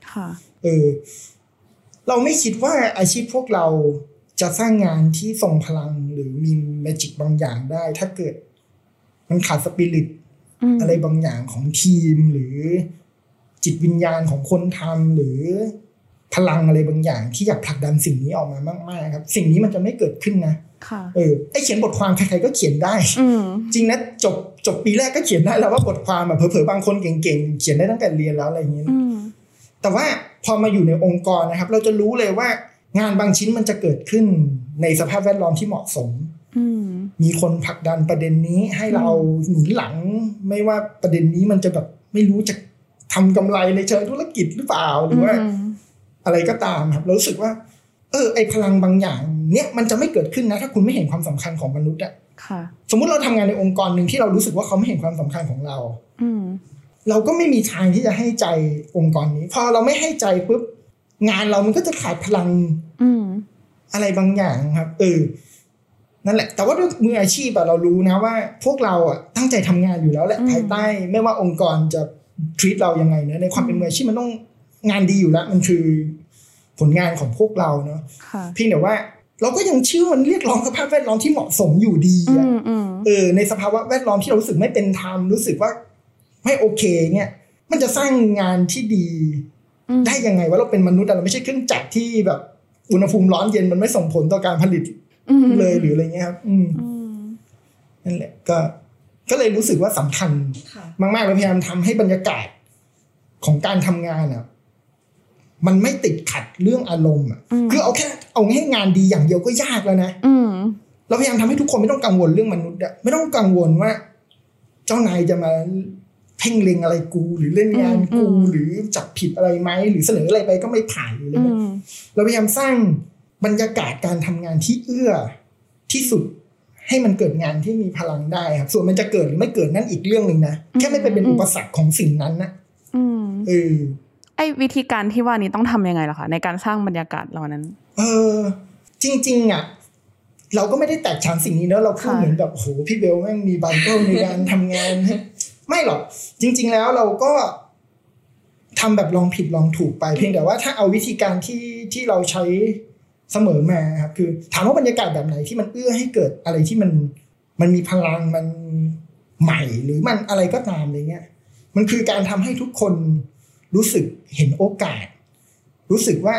เราไม่คิดว่าอาชีพพวกเราจะสร้างงานที่ทรงพลังหรือมีแมจิกบางอย่างได้ถ้าเกิดมันขาดสปิริตอะไรบางอย่างของทีมหรือจิตวิญญาณของคนทำหรือพลังอะไรบางอย่างที่อยากผลักดันสิ่งนี้ออกมามากๆครับสิ่งนี้มันจะไม่เกิดขึ้นนะไอ้เขียนบทความใครๆก็เขียนได้จริงนะจบปีแรกก็เขียนได้แล้วว่าบทความแบบเผลอๆบางคนเก่งๆเขียนได้ตั้งแต่เรียนแล้วอะไรอย่างนี้แต่ว่าพอมาอยู่ในองค์กรนะครับเราจะรู้เลยว่างานบางชิ้นมันจะเกิดขึ้นในสภาพแวดล้อมที่เหมาะสมมีคนผลักดันประเด็นนี้ให้เราหนุนหลังไม่ว่าประเด็นนี้มันจะแบบไม่รู้จะทำกำไรในเชิงธุรกิจหรือเปล่าหรือว่าอะไรก็ตามครับเรารู้สึกว่าไอพลังบางอย่างเนี่ยมันจะไม่เกิดขึ้นนะถ้าคุณไม่เห็นความสำคัญของมนุษย์อะสมมุติเราทำงานในองค์กรหนึ่งที่เรารู้สึกว่าเขาไม่เห็นความสำคัญของเราเราก็ไม่มีทางที่จะให้ใจองค์กรนี้พอเราไม่ให้ใจปุ๊บงานเรามันก็จะขาดพลังอะไรบางอย่างครับนั่นแหละแต่ว่าด้วยมืออาชีพเรารู้นะว่าพวกเราตั้งใจทำงานอยู่แล้วแหละภายใต้ไม่ว่าองค์กรจะ treat เรายังไงนะในความเป็นมืออาชีพมันต้องงานดีอยู่แล้วมันคือผลงานของพวกเราเนาะเพียงแต่ว่าเราก็ยังเชื่อมันเรียกร้องสภาพแวดล้อมที่เหมาะสมอยู่ดีในสภาวะแวดล้อมที่เรารู้สึกไม่เป็นธรรมรู้สึกว่าไม่โอเคเนี่ยมันจะสร้างงานที่ดีได้ยังไงว่าเราเป็นมนุษย์เราไม่ใช่เครื่องจักรที่แบบอุณหภูมิร้อนเย็นมันไม่ส่งผลต่อการผลิตเลยหรืออะไรเงี้ยครับนั่นแหละก็เลยรู้สึกว่าสำคัญมากๆเราพยายามทำให้บรรยากาศของการทำงานมันไม่ติดขัดเรื่องอารมณ์คือเอาให้งานดีอย่างเดียวก็ยากแล้วนะเราพยายามทำให้ทุกคนไม่ต้องกังวลเรื่องมนุษย์ไม่ต้องกังวลว่าเจ้านายจะมาเพ่งเล็งอะไรกูหรือเล่นงานกูหรือจับผิดอะไรไหมหรือเสนออะไรไปก็ไม่ผ่านหรืออะไรเราพยายามสร้างบรรยากาศการทำงานที่เอื้อที่สุดให้มันเกิดงานที่มีพลังได้ครับส่วนมันจะเกิดหรือไม่เกิดนั่นอีกเรื่องนึงนะแค่ไม่เป็นอุปสรรคของสิ่งนั้นนะไอ้วิธีการที่ว่านี้ต้องทำยังไงล่ะคะในการสร้างบรรยากาศเหล่านั้นจริงๆเราก็ไม่ได้แตกฉานสิ่งนี้เนอะเราพูดเหมือนแบบโหพี่เบลแม่งมีไบเบิลในการทำงานไม่หรอกจริงๆแล้วเราก็ทำแบบลองผิดลองถูกไปเพียงแต่ว่าถ้าเอาวิธีการที่เราใช้เสมอมาครับคือถามว่าบรรยากาศแบบไหนที่มันเอื้อให้เกิดอะไรที่มันมีพลังมันใหม่หรือมันอะไรก็ตามอะไรเงี้ยมันคือการทำให้ทุกคนรู้สึกเห็นโอกาสรู้สึกว่า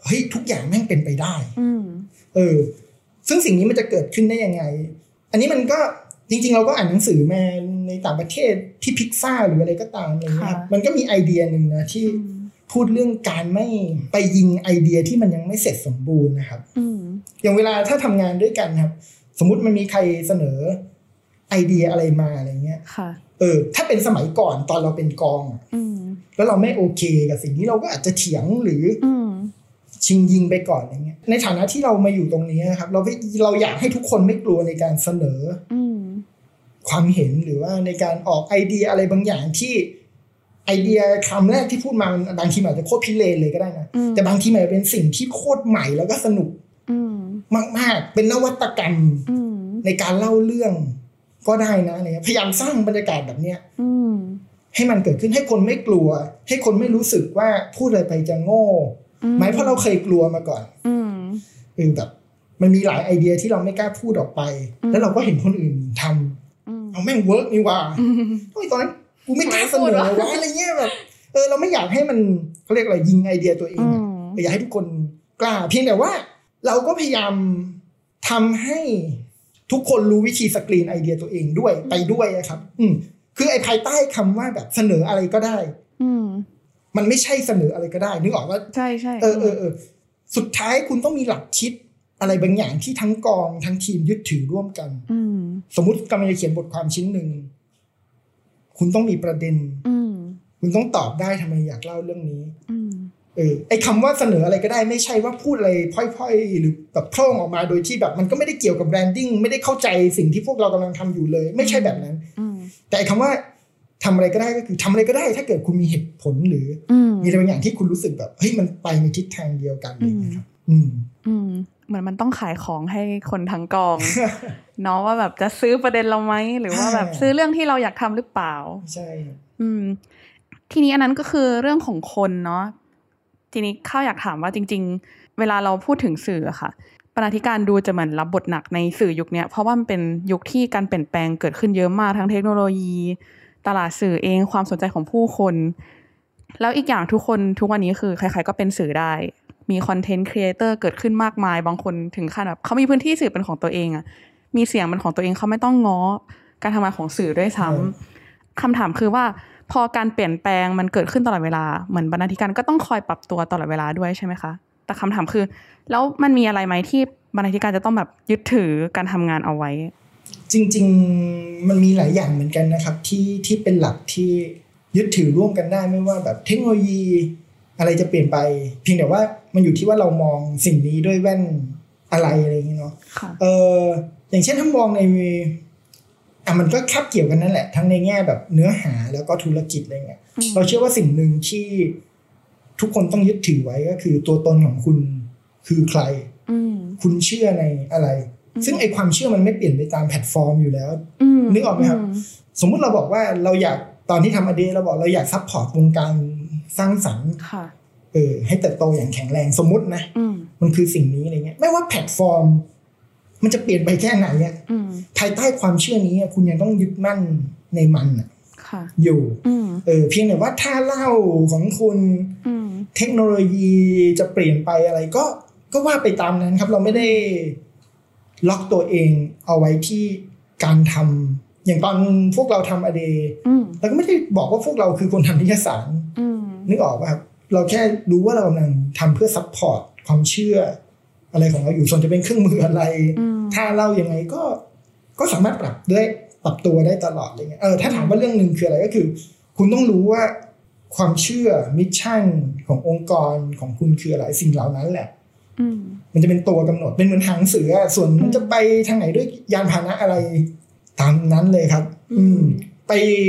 เฮ้ยทุกอย่างแม่งเป็นไปได้ซึ่งสิ่งนี้มันจะเกิดขึ้นได้ยังไงอันนี้มันก็จริงๆเราก็อ่านหนังสือมาในต่างประเทศที่พิกซ่าหรืออะไรก็ตามอะไรเงี้ยมันก็มีไอเดียนึงนะที่พูดเรื่องการไม่ไปยิงไอเดียที่มันยังไม่เสร็จสมบูรณ์นะครับอย่างเวลาถ้าทำงานด้วยกันครับสมมุติมันมีใครเสนอไอเดียอะไรมาอะไรเงี้ยถ้าเป็นสมัยก่อนตอนเราเป็นกองแล้วเราไม่โอเคกับสิ่งนี้เราก็อาจจะเถียงหรือชิงยิงไปก่อนอย่างเงี้ยในฐานะที่เรามาอยู่ตรงนี้นะครับเราอยากให้ทุกคนไม่กลัวในการเสนอความเห็นหรือว่าในการออกไอเดียอะไรบางอย่างที่ไอเดียคำแรกที่พูดมาบางทีอาจจะโคตรพิเรนเลยก็ได้นะแต่บางทีมันเป็นสิ่งที่โคตรใหม่แล้วก็สนุกมากๆเป็นนวัตกรรมในการเล่าเรื่องก็ได้นะเนี่ยพยายามสร้างบรรยากาศแบบเนี้ยให้มันเกิดขึ้นให้คนไม่กลัวให้คนไม่รู้สึกว่าพูดอะไรไปจะโง่ไหมเพราะเราเคยกลัวมาก่อนแบบมันมีหลายไอเดียที่เราไม่กล้าพูดออกไปแล้วเราก็เห็นคนอื่นทำเอาแม่งเวิร์กนี่ว่าตอนนั้นกูไม่กล้าเสนอไว้อะไรเงี้ยแบบเราไม่อยากให้มันเขาเรียกอะไรยิงไอเดียตัวเองอยากให้ทุกคนกล้าเพียงแต่ว่าเราก็พยายามทำให้ทุกคนรู้วิธีสกรีนไอเดียตัวเองด้วยไปด้วยนะครับคือไอ้ภายใต้คำว่าแบบเสนออะไรก็ได้มันไม่ใช่เสนออะไรก็ได้นึกออกว่าใช่ใช่สุดท้ายคุณต้องมีหลักคิดอะไรบางอย่างที่ทั้งกองทั้งทีมยึดถือร่วมกันสมมุติกำลังจะเขียนบทความชิ้นหนึ่งคุณต้องมีประเด็นคุณต้องตอบได้ทำไมอยากเล่าเรื่องนี้ไอ้คำว่าเสนออะไรก็ได้ไม่ใช่ว่าพูดอะไรพล่อยๆหรือแบบโพร่งออกมาโดยที่แบบมันก็ไม่ได้เกี่ยวกับแบรนดิ้งไม่ได้เข้าใจสิ่งที่พวกเรากำลังทำอยู่เลยไม่ใช่แบบนั้นแต่ไอ้คำว่าทำอะไรก็ได้ก็คือทำอะไรก็ได้ถ้าเกิดคุณมีเหตุผลหรือมีอะไรบางอย่างที่คุณรู้สึกแบบเฮ้ยมันไปในทิศทางเดียวกันเลยนะครับเหมือนมันต้องขายของให้คนทั้งกอง เนาะว่าแบบจะซื้อประเด็นเราไหมหรือว่าแบบซื้อเรื่องที่เราอยากทำหรือเปล่าใช่ทีนี้อันนั้นก็คือเรื่องของคนเนาะทีนี้ข้าวอยากถามว่าจริงๆเวลาเราพูดถึงสื่อค่ะบรรณาธิการดูจะเหมือนรับบทหนักในสื่อยุคนี้เพราะว่ามันเป็นยุคที่การเปลี่ยนแปลงเกิดขึ้นเยอะมากทั้งเทคโนโลยีตลาดสื่อเองความสนใจของผู้คนแล้วอีกอย่างทุกคนทุกวันนี้คือใครๆก็เป็นสื่อได้มีคอนเทนต์ครีเอเตอร์เกิดขึ้นมากมายบางคนถึงขั้นแบบเขามีพื้นที่สื่อเป็นของตัวเองอะมีเสียงเป็นของตัวเองเขาไม่ต้องง้อการทำงานของสื่อด้วยซ้ำคำถามคือว่าพอการเปลี่ยนแปลงมันเกิดขึ้นตลอดเวลาเหมือนบรรณาธิการก็ต้องคอยปรับตัวตลอดเวลาด้วยใช่ไหมคะแต่คำถามคือแล้วมันมีอะไรไหมที่บรรณาธิการจะต้องแบบยึดถือการทำงานเอาไว้จริงๆมันมีหลายอย่างเหมือนกันนะครับที่เป็นหลักที่ยึดถือร่วมกันได้ไม่ว่าแบบเทคโนโลยีอะไรจะเปลี่ยนไปเพียงแต่ว่ามันอยู่ที่ว่าเรามองสิ่งนี้ด้วยแว่นอะไรอะไรอย่างเงี้ยเนาะอย่างเช่นถ้ามองในมันก็คาบเกี่ยวกันนั่นแหละทั้งในแง่แบบเนื้อหาแล้วก็ธุรกิจอะไรเงี้ยเราเชื่อว่าสิ่งหนึ่งที่ทุกคนต้องยึดถือไว้ก็คือตัวตนของคุณคือใครคุณเชื่อในอะไรซึ่งไอความเชื่อมันไม่เปลี่ยนไปตามแพลตฟอร์มอยู่แล้วนึกออกไหมครับสมมุติเราบอกว่าเราอยากตอนที่ทำอเดเราบอกเราอยากซัพพอร์ตวงการสร้างสรรค์ให้เติบโตอย่างแข็งแรงสมมุตินะมันคือสิ่งนี้อะไรเงี้ยไม่ว่าแพลตฟอร์มมันจะเปลี่ยนไปแค่ไหนเนี่ยภายใต้ความเชื่อนี้คุณยังต้องยึดมั่นในมันอยู่เพียงแต่ว่าถ้าเล่าของคุณเทคโนโลยีจะเปลี่ยนไปอะไรก็ว่าไปตามนั้นครับเราไม่ได้ล็อกตัวเองเอาไว้ที่การทำอย่างตอนพวกเราทำอเดเราก็ไม่ได้บอกว่าพวกเราคือคนทำนิตยสารนึกออกป่ะครับเราแค่รู้ว่าเรากำลังทำเพื่อซัพพอร์ตความเชื่ออะไรของเราอยู่ส่วนจะเป็นเครื่องมืออะไรถ้าเล่ายังไงก็สามารถปรับตัวได้ตลอดอะไรเงี้ยถ้าถามว่าเรื่องนึงคืออะไรก็คือคุณต้องรู้ว่าความเชื่อมิชชั่นขององค์กรของคุณคืออะไรสิ่งเหล่านั้นแหละมันจะเป็นตัวกำหนดเป็นเหมือนหางเสือส่วนมันจะไปทางไหนด้วยยานพาหนะอะไรตามนั้นเลยครับไป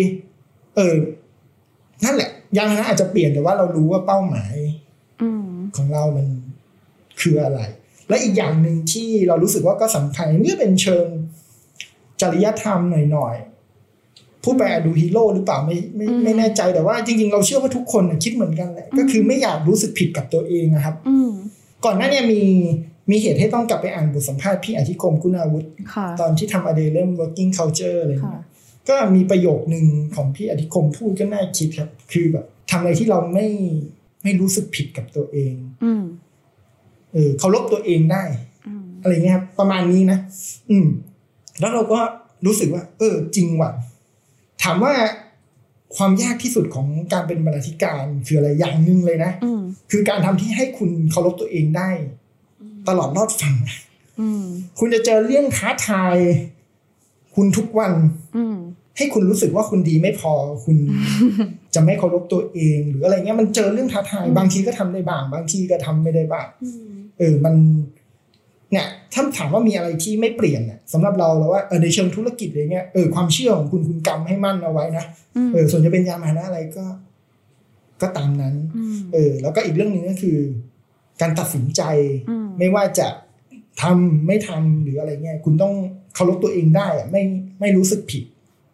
นั่นแหละยานพาหนะอาจจะเปลี่ยนแต่ว่าเรารู้ว่าเป้าหมายของเรามันคืออะไรและอีกอย่างนึงที่เรารู้สึกว่าก็สำคัญนี่เป็นเชิงจริยธรรมหน่อยๆผู้แปลดูฮีโร่หรือเปล่าไม่แน่ใจแต่ว่าจริงๆเราเชื่อว่าทุกคนคิดเหมือนกันแหละก็คือไม่อยากรู้สึกผิดกับตัวเองนะครับก่อนหน้านี้มีเหตุให้ต้องกลับไปอ่านบทสัมภาษณ์พี่อธิคมกุณาวุฒิตอนที่ทำอเดเริ่ม working culture อะไรอย่างเงี้ยก็มีประโยคนึงของพี่อธิคมพูดก็น่าคิดครับคือแบบทำอะไรที่เราไม่รู้สึกผิดกับตัวเองเคารพตัวเองได้อะไรเงี้ยครับประมาณนี้นะแล้วเราก็รู้สึกว่าจริงว่ะถามว่าความยากที่สุดของการเป็นบรรณาธิการคืออะไรอย่างนึงเลยนะคือการทำที่ให้คุณเคารพตัวเองได้ตลอดรอดฝั่งคุณจะเจอเรื่องท้าทายคุณทุกวันให้คุณรู้สึกว่าคุณดีไม่พอคุณจะไม่เคารพตัวเองหรืออะไรเงี้ยมันเจอเรื่องท้าทายบางทีก็ทำได้บ้างบางทีก็ทำไม่ได้บ้างมันเนี่ยถ้าถามว่ามีอะไรที่ไม่เปลี่ยนน่ะสำหรับเราว่าในเชิงธุรกิจอะไรเงี้ยความเชื่อของคุณกำให้มั่นเอาไว้นะส่วนจะเป็นยานพาหนะอะไรก็ตามนั้นแล้วก็อีกเรื่องนึงก็คือการตัดสินใจไม่ว่าจะทำไม่ทำหรืออะไรเงี้ยคุณต้องเคารพตัวเองได้อะไม่รู้สึกผิด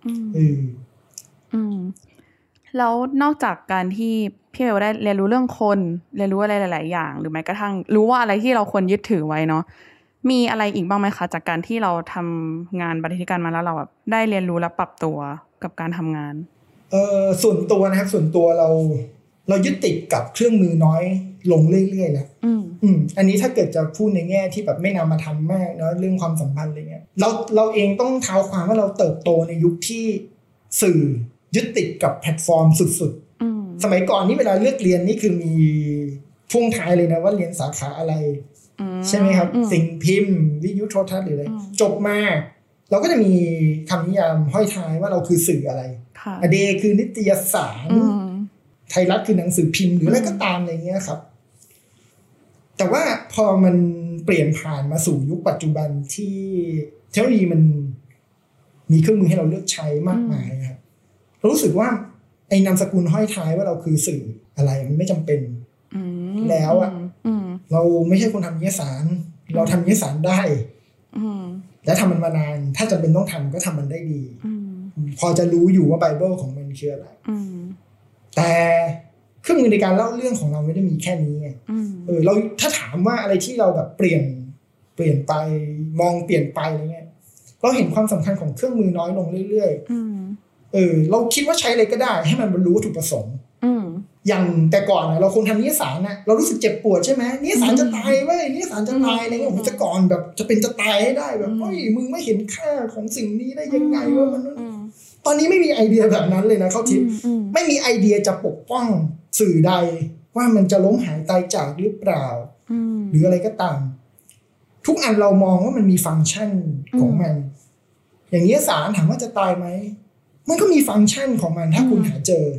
แล้วนอกจากการที่พี่เบลได้เรียนรู้เรื่องคนเรียนรู้อะไรหลายๆอย่างหรือแม้กระทั่งรู้ว่าอะไรที่เราควรยึดถือไว้เนาะมีอะไรอีกบ้างไหมคะจากการที่เราทำงานบรรณาธิการมาแล้วเราแบบได้เรียนรู้และปรับตัวกับการทำงานส่วนตัวนะครับส่วนตัวเรายึดติดกับเครื่องมือน้อยลงเรื่อยๆแล้วอันนี้ถ้าเกิดจะพูดในแง่ที่แบบไม่นำมาทำมากเนาะเรื่องความสัมพันธ์อะไรเงี้ยเราเองต้องเท้าความว่าเราเติบโตในยุคที่สื่อยึดติดกับแพลตฟอร์มสุดๆสมัยก่อนนี่เวลาเลือกเรียนนี่คือมีพ่วงท้ายเลยนะว่าเรียนสาขาอะไรใช่ไหมครับสิ่งพิมพ์วิทยุโทรทัศน์หรืออะไรจบมาเราก็จะมีคำนิยามห้อยท้ายว่าเราคือสื่ออะไรอเดคือนิตยสารไทยรัฐคือหนังสือพิมพ์หรืออะไรก็ตามอะไรเงี้ยครับแต่ว่าพอมันเปลี่ยนผ่านมาสู่ยุคปัจจุบันที่เทคโนโลยีมันมีเครื่องมือให้เราเลือกใช้มากมายครับเรารู้สึกว่าไอ้นามสกุลห้อยท้ายว่าเราคือสื่ออะไรมันไม่จำเป็นแล้วอ่ะเราไม่ใช่คนทำนิยสารเราทำนิยสารได้และทำมันมานานถ้าจำเป็นต้องทำก็ทำมันได้ดีพอจะรู้อยู่ว่าไบเบิลของมันคืออะไรแต่เครื่องมือในการเล่าเรื่องของเราไม่ได้มีแค่นี้ไงเราถ้าถามว่าอะไรที่เราแบบเปลี่ยนไปมองเปลี่ยนไปอะไรเงี้ยเราเห็นความสำคัญของเครื่องมือน้อยลงเรื่อยๆเราคิดว่าใช้อะไรก็ได้ให้มันบรรลุวัตถุประสงค์อย่างแต่ก่อนนะเราคงทำนิยสารนะเรารู้สึกเจ็บปวดใช่ไหมนิยสารจะตายเว้ยนิยสารจะตายอะไรเงี้ยผมแต่ก่อนแบบจะเป็นจะตายให้ได้แบบเฮ้ยมึงไม่เห็นค่าของสิ่งนี้ได้ยังไงว่ามันตอนนี้ไม่มีไอเดียแบบนั้นเลยนะเขาทิพย์ไม่มีไอเดียจะปกป้องสื่อใดว่ามันจะล้มหายตายจากหรือเปล่าหรืออะไรก็ตามทุกอันเรามองว่ามันมีฟังก์ชันของมันอย่างนี้สารถามว่าจะตายไหมมันก็มีฟังก์ชันของมันถ้าคุณหาเจอ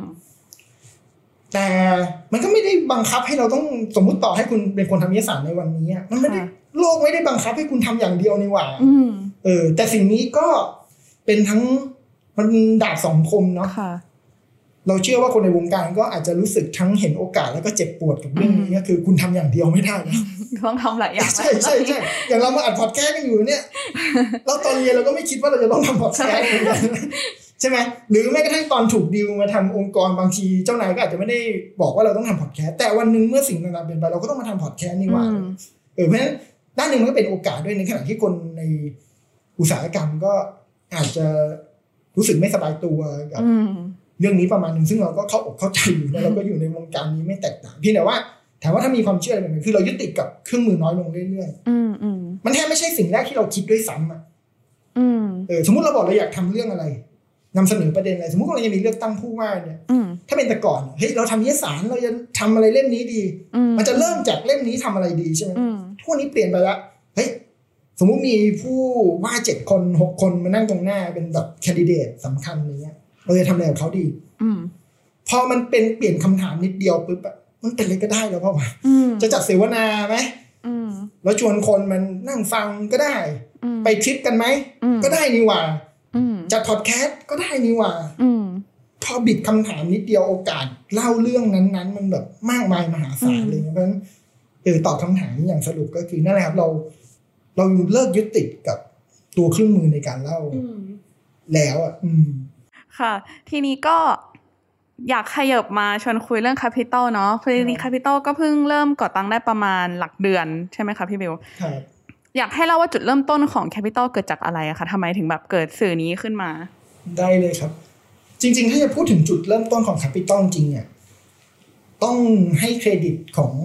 แต่มันก็ไม่ได้บังคับให้เราต้องสมมุติต่อให้คุณเป็นคนทำนิยสารในวันนี้มันไม่ได้โลกไม่ได้บังคับให้คุณทำอย่างเดียวนี่หว่าแต่สิ่งนี้ก็เป็นทั้งมันดาบสองคมเนาะเราเชื่อว่าคนในวงการก็อาจจะรู้สึกทั้งเห็นโอกาสแล้วก็เจ็บปวดกับเรื่องนี้ก็คือคุณทำอย่างเดียวไม่ได้นะต้องทำหลายอย่างใช่อย่างเรามาอัดพอดแคสต์กันอยู่เนี่ยเราตอนเรียนเราก็ไม่คิดว่าเราจะต้องทำพอดแคสต์ใช่ไหมหรือแม้กระทั่งตอนถูกดีลมาทำองค์กรบางทีเจ้านายก็อาจจะไม่ได้บอกว่าเราต้องทำพอดแคสต์แต่วันนึงเมื่อสิ่งต่างๆเปลี่ยนไปเราก็ต้องมาทำพอดแคสต์นี่หว่าเพราะฉะนั้นด้านหนึ่งมันก็เป็นโอกาสด้วยในขณะที่คนในอุตสาหกรรมก็อาจจะรู้สึกไม่สบายตัวกับเรื่องนี้ประมาณนึงซึ่งเราก็เข้าอกเข้าใจอยู่แล้วเราก็อยู่ในวงการนี้ไม่แตกต่างเพียงแต่ว่าถามว่าถ้ามีความเชื่ออะไรแบบนี้คือเรายึดติดกับเครื่องมือน้อยลงเรื่อยๆมันแทบไม่ใช่สิ่งแรกที่เราคิดด้วยซ้ำอ่ะสมมุติเราบอกเราอยากทำเรื่องอะไรนำเสนอประเด็นอะไรสมมุติเราจะมีเลือกตั้งผู้ว่าเนี่ยถ้าเป็นแต่ก่อนเฮ้ยเราทำนิยสารเราจะทำอะไรเล่มนี้ดีมันจะเริ่มจากเล่มนี้ทำอะไรดีใช่ไหมทุกวันนี้เปลี่ยนไปแล้วเฮ้ยสมมุติมีผู้ว่า7 คน 6 คนมานั่งตรงหน้าเป็นแบบแคนดิเดตสำคัญอะไรเงี้ยเราจะทำอะไรกับเขาดีพอมันเป็นเปลี่ยนคำถามนิดเดียวปุ๊บมันเป็นอะไรก็ได้แล้วพ่อวะจะจัดเสวนาไหมแล้วชวนคนมันนั่งฟังก็ได้ไปทริปกันไหมก็ได้นี่หว่าจัดพอดแคสต์ก็ได้นี่หว่าพอบิดคำถามนิดเดียวโอกาสเล่าเรื่องนั้นๆมันแบบมากมายมหาศาลเลยเพราะฉะนั้นตอบคำถามอย่างสรุปก็คือนั่นแหละครับเราเลิกยึดติดกับตัวเครื่องมือในการเล่าแล้วอ่ะค่ะทีนี้ก็อยากขยับมาชวนคุยเรื่อง Capital เนาะคือนี้ Capital ก็เพิ่งเริ่มก่อตั้งได้ประมาณหลักเดือนใช่ไหมคะพี่เบลครับอยากให้เล่าว่าจุดเริ่มต้นของ Capital เกิดจากอะไรอะคะทำไมถึงแบบเกิดสื่อนี้ขึ้นมาได้เลยครับจริงๆถ้าจะพูดถึงจุดเริ่มต้นของ Capital จริงเนี่ยต้องให้เครดิตของ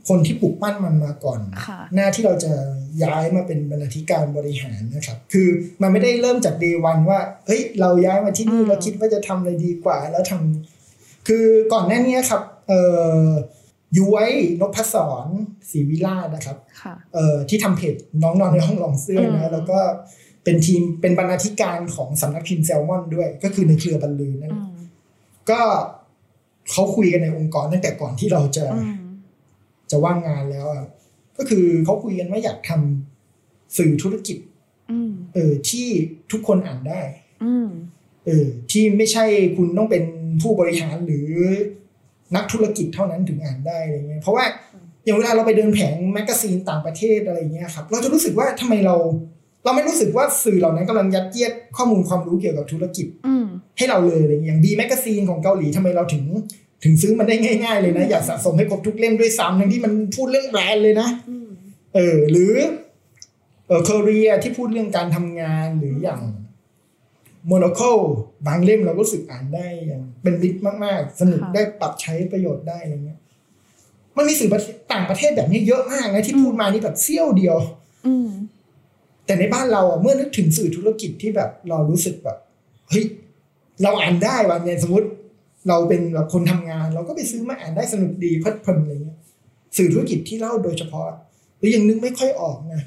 คนที่ปลุกปั้นมันมาก่อนหน้าที่เราจะย้ายมาเป็นบรรณาธิการบริหารนะครับคือมันไม่ได้เริ่มจาก day 1ว่าเฮ้ยเราย้ายมาที่นี่เราคิดว่าจะทำอะไรดีกว่าแล้วทำคือก่อนหน้านี้ครับย้วยนพศรศรีวิลาศนะครับที่ทำเพจน้องนอนในห้องลองเสื้อนะแล้วก็เป็นทีมเป็นบรรณาธิการของสำนักพิมพ์แซลมอนด้วยก็คือในเครือบรรลือนั่นก็เขาคุยกันในองค์กรตั้งแต่ก่อนที่เราจะว่างงานแล้วก็คือเขาคุยกันว่าอยากทำสื่อธุรกิจที่ทุกคนอ่านได้ที่ไม่ใช่คุณต้องเป็นผู้บริหารหรือนักธุรกิจเท่านั้นถึงอ่านได้อะไรเงี้ยเพราะว่าอย่างเวลาเราไปเดินแผงแมกกาซีนต่างประเทศอะไรเงี้ยครับเราจะรู้สึกว่าทำไมเราไม่รู้สึกว่าสื่อเหล่านั้นกำลังยัดเยียดข้อมูลความรู้เกี่ยวกับธุรกิจให้เราเลยอะไรอย่าง B Magazine ของเกาหลีทำไมเราถึงซื้อมันได้ง่ายๆเลยนะอยากสะสมให้ครบทุกเล่มด้วยซ้ำทั้งที่มันพูดเรื่องแบรนด์เลยนะหรือKorea ที่พูดเรื่องการทำงานหรืออย่าง Monocle บางเล่มเรารู้สึกอ่านได้อย่างเป็นมิตรมากๆสนุกได้ปรับใช้ประโยชน์ได้อะไรเงี้ยมันมีสื่อต่างประเทศแบบนี้เยอะมากนะที่พูดมานี่แบบเสี้ยวเดียวแต่ในบ้านเราเมื่อนึกถึงสื่อธุรกิจที่แบบเรารู้สึกแบบเฮ้ยเราอ่านได้วันนี้สมมติเราเป็นแบบคนทำงานเราก็ไปซื้อมาอ่านได้สนุกดีเพลิดเพลินอะไรเงี้ยสื่อธุรกิจที่เล่าโดยเฉพาะหรือยังนึกไม่ค่อยออกนะ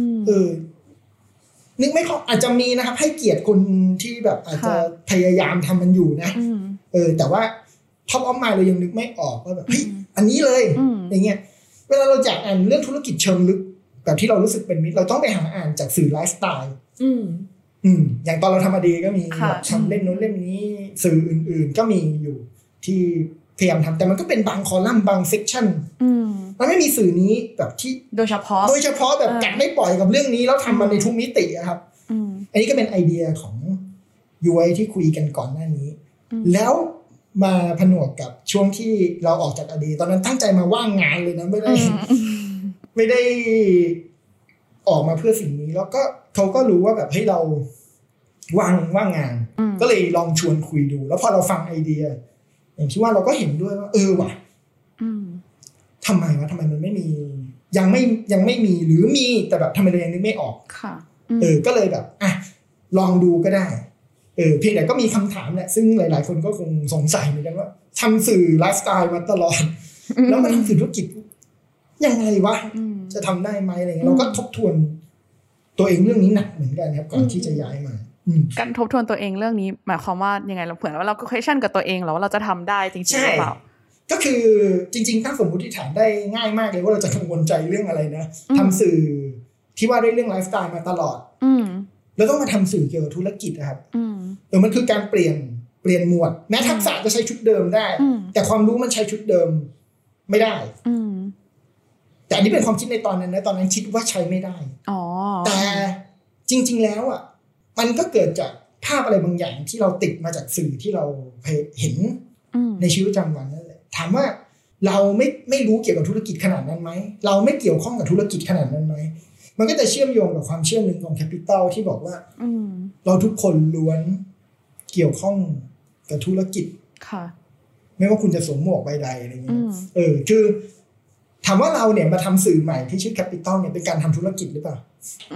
นึกไม่ค่อยอาจจะมีนะครับให้เกียรติคนที่แบบอาจจะพยายามทำมันอยู่นะแต่ว่าท็อปออฟมายเรายังนึกไม่ออกว่าแบบเฮ้ยอันนี้เลยอย่างเงี้ยเวลาเราอยากอ่านเรื่องธุรกิจเชิงลึกแบบที่เรารู้สึกเป็นมิตรเราต้องไปหาอ่านจากสื่อไลฟ์สไตล์อย่างตอนเราทำอดีก็มีแบบทำเล่มโน้นเล่มนี้สื่ออื่นๆก็มีอยู่ที่พยายามทำแต่มันก็เป็นบางคอลัมน์บางเซกชันมันไม่มีสื่อนี้แบบที่โดยเฉพาะแบบกัดไม่ปล่อยกับเรื่องนี้แล้วทำมันในทุกมิติครับอันนี้ก็เป็นไอเดียของย้วยที่คุยกันก่อนหน้านี้แล้วมาผนวกกับช่วงที่เราออกจากอดีตอนนั้นตั้งใจมาว่างงานเลยนะไม่ได้ออกมาเพื่อสิ่งนี้แล้วก็เขาก็รู้ว่าแบบให้เราว่างงานก็เลยลองชวนคุยดูแล้วพอเราฟังไอเดียอย่างที่ว่าเราก็เห็นด้วยว่าว่ะทำไมมันไม่มียังไม่มีหรือมีแต่แบบทำไมเรายังนึกไม่ออกก็เลยแบบลองดูก็ได้เพียงแต่ก็มีคำถามแหละซึ่งหลายๆคนก็คงสงสัยเหมือนกันว่าทำสื่อไลฟ์สไตล์มาตลอดแล้วมาทำสื่อธุรกิจยังไงวะจะทำได้ไหมอะไรเงี้ยเราก็ทบทวนตัวเองเรื่องนี้หนักเหมือนกันครับก่อนที่จะย้ายมาการทบทวนตัวเองเรื่องนี้หมายความว่ายังไงเราเผื่อว่าเราก็ question กับตัวเองหรอว่าเราจะทำได้จริงๆหรือเปล่าก็คือจริงๆตั้งสมมติฐานได้ง่ายมากเลยว่าเราจะกังวลใจเรื่องอะไรนะทำสื่อที่ว่าด้วยเรื่องไลฟ์สไตล์มาตลอดแล้วต้องมาทำสื่อเกี่ยวกับธุรกิจนะครับมันคือการเปลี่ยนหมวดแม้ทักษะจะใช้ชุดเดิมได้แต่ความรู้มันใช้ชุดเดิมไม่ได้แต่อันนี้เป็นความคิดในตอนนั้นนะตอนนั้นคิดว่าใช้ไม่ได้แต่จริงๆแล้วมันก็เกิดจากภาพอะไรบางอย่างที่เราติดมาจากสื่อที่เราเห็นในชีวิตประจำวันนั่นแหละถามว่าเราไม่รู้เกี่ยวกับธุรกิจขนาดนั้นไหมเราไม่เกี่ยวข้องกับธุรกิจขนาดนั้นไหมมันก็จะเชื่อมโยงกับความเชื่อหนึ่งของแคปิตอลที่บอกว่าเราทุกคนล้วนเกี่ยวข้องกับธุรกิจไม่ว่าคุณจะสวมหมวกใบใดอะไรเงี้ยคือถามว่าเราเนี่ยมาทำสื่อใหม่ที่ชื่อแคปิตอลเนี่ยเป็นการทำธุรกิจหรือเปล่า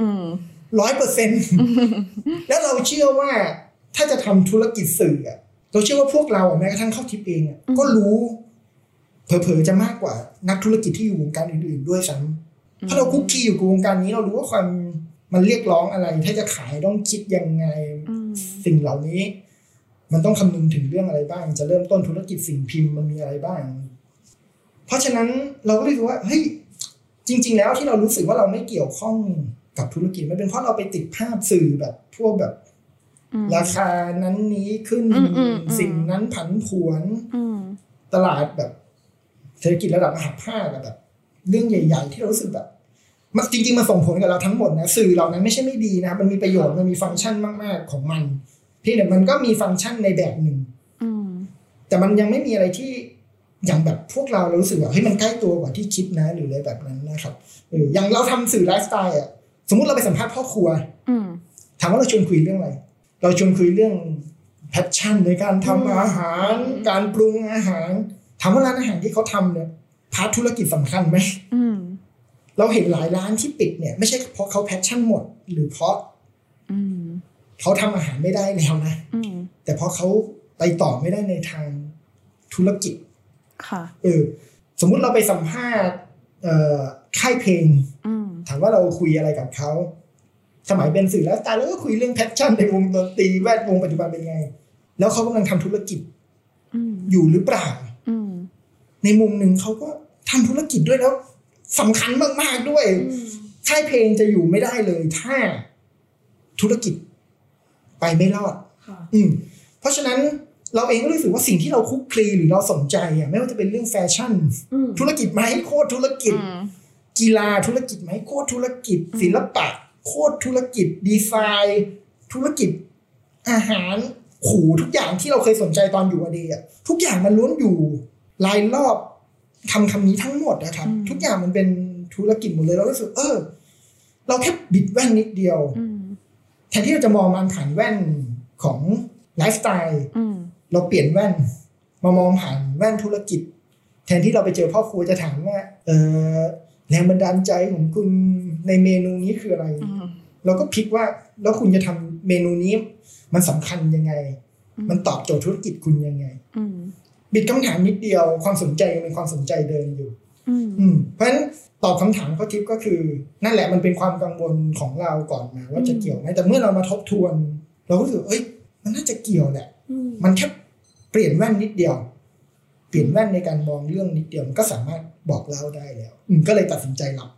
100% แล้วเราเชื่อว่าถ้าจะทำธุรกิจสื่อเราเชื่อว่าพวกเราแม้กระทั่งเข้าทิปเองก็รู้เผลอๆจะมากกว่านักธุรกิจที่อยู่วงการอื่นๆด้วยซ้ำเพราะเราคุกคีอยู่กับวงการนี้เรารู้ว่าความมันเรียกร้องอะไรถ้าจะขายต้องคิดยังไงสิ่งเหล่านี้มันต้องคำนึงถึงเรื่องอะไรบ้างจะเริ่มต้นธุรกิจสิ่งพิมพ์มันมีอะไรบ้างเพราะฉะนั้นเราก็เลยรู้ว่าเฮ้ยจริงๆแล้วที่เรารู้สึกว่าเราไม่เกี่ยวข้องกับธุรกิจมันเป็นเพราะเราไปติดภาพสื่อแบบพวกแบบราคานั้นนี้ขึ้นสิ่งนั้นผันผวนตลาดแบบเศรษฐกิจระดับมหาภาคแบบเรื่องใหญ่ๆที่เรารู้สึกแบบมันจริงๆมาส่งผลกับเราทั้งหมดนะสื่อเหล่านั้นไม่ใช่ไม่ดีนะมันมีประโยชน์มันมีฟังก์ชันมากๆของมันเพียงแต่มันก็มีฟังก์ชันในแบบหนึ่งแต่มันยังไม่มีอะไรที่อย่างแบบพวกเรารู้สึกว่าเฮ้ยมันใกล้ตัวกว่าที่คิดนะหรืออะไรแบบนั้นนะครับอย่างเราทำสื่อไลฟ์สไตล์สมมุติเราไปสัมภาษณ์พ่อครัวถามว่าเราชวนคุยเรื่องอะไรเราชวนคุยเรื่องแพชชั่นในการทำอาหารการปรุงอาหารถามว่าร้านอาหารที่เขาทำเนี่ยพาร์ทธุรกิจสำคัญไหมเราเห็นหลายร้านที่ปิดเนี่ยไม่ใช่เพราะเขาแพชชั่นหมดหรือเพราะเขาทำอาหารไม่ได้แล้วนะแต่เพราะเขาไปต่อไม่ได้ในทางธุรกิจค่ะสมมุติเราไปสัมภาษณ์ค่ายเพลงถามว่าเราคุยอะไรกับเขาสมัยเป็นสื่อแล้วตายแล้วก็คุยเรื่องแพชชั่นในวงดนตรีแวดวงปัจจุบันเป็นไงแล้วเขากำลังทำธุรกิจอยู่หรือเปล่าในมุมหนึ่งเขาก็ทำธุรกิจด้วยแล้วสำคัญมากๆด้วยค่ายเพลงจะอยู่ไม่ได้เลยถ้าธุรกิจไปไม่รอดเพราะฉะนั้นเราเองก็รู้สึกว่าสิ่งที่เราคุกคลีหรือเราสนใจไม่ว่าจะเป็นเรื่องแฟชั่นธุรกิจไหมโคตรธุรกิจกีฬาธุรกิจไหมโคตรธุรกิจศิลปะโคตรธุรกิจดีไซน์ธุรกิจอาหารทุกอย่างที่เราเคยสนใจตอนอยู่อเดียทุกอย่างมันล้วนอยู่รายรอบคำนี้ทั้งหมดนะครับทุกอย่างมันเป็นธุรกิจหมดเลยเรารู้สึกเราแค่บิดแว่นนิดเดียวแทนที่เราจะมองมันผ่านแว่นของไลฟ์สไตล์เราเปลี่ยนแว่นมามองผ่านแว่นธุรกิจแทนที่เราไปเจอพ่อครัวจะถามว่าแรงบันดาลใจของคุณในเมนูนี้คืออะไรเราก็พลิกว่าแล้วคุณจะทำเมนูนี้มันสำคัญยังไงมันตอบโจทย์ธุรกิจคุณยังไงบิดคำถามนิดเดียวความสนใจยังเป็นความสนใจเดิมอยู่เพราะฉะนั้นตอบคำถามข้อทิปก็คือนั่นแหละมันเป็นความกังวลของเราก่อนมาว่าจะเกี่ยวไหมแต่เมื่อเรามาทบทวนเราก็รู้สึกมันน่าจะเกี่ยวแหละมันแค่เปลี่ยนแว่นนิดเดียวเปลี่ยนแว่นในการมองเรื่องนิดเดียวมันก็สามารถบอกเล่าได้แล้วก็เลยตัดสินใจรับ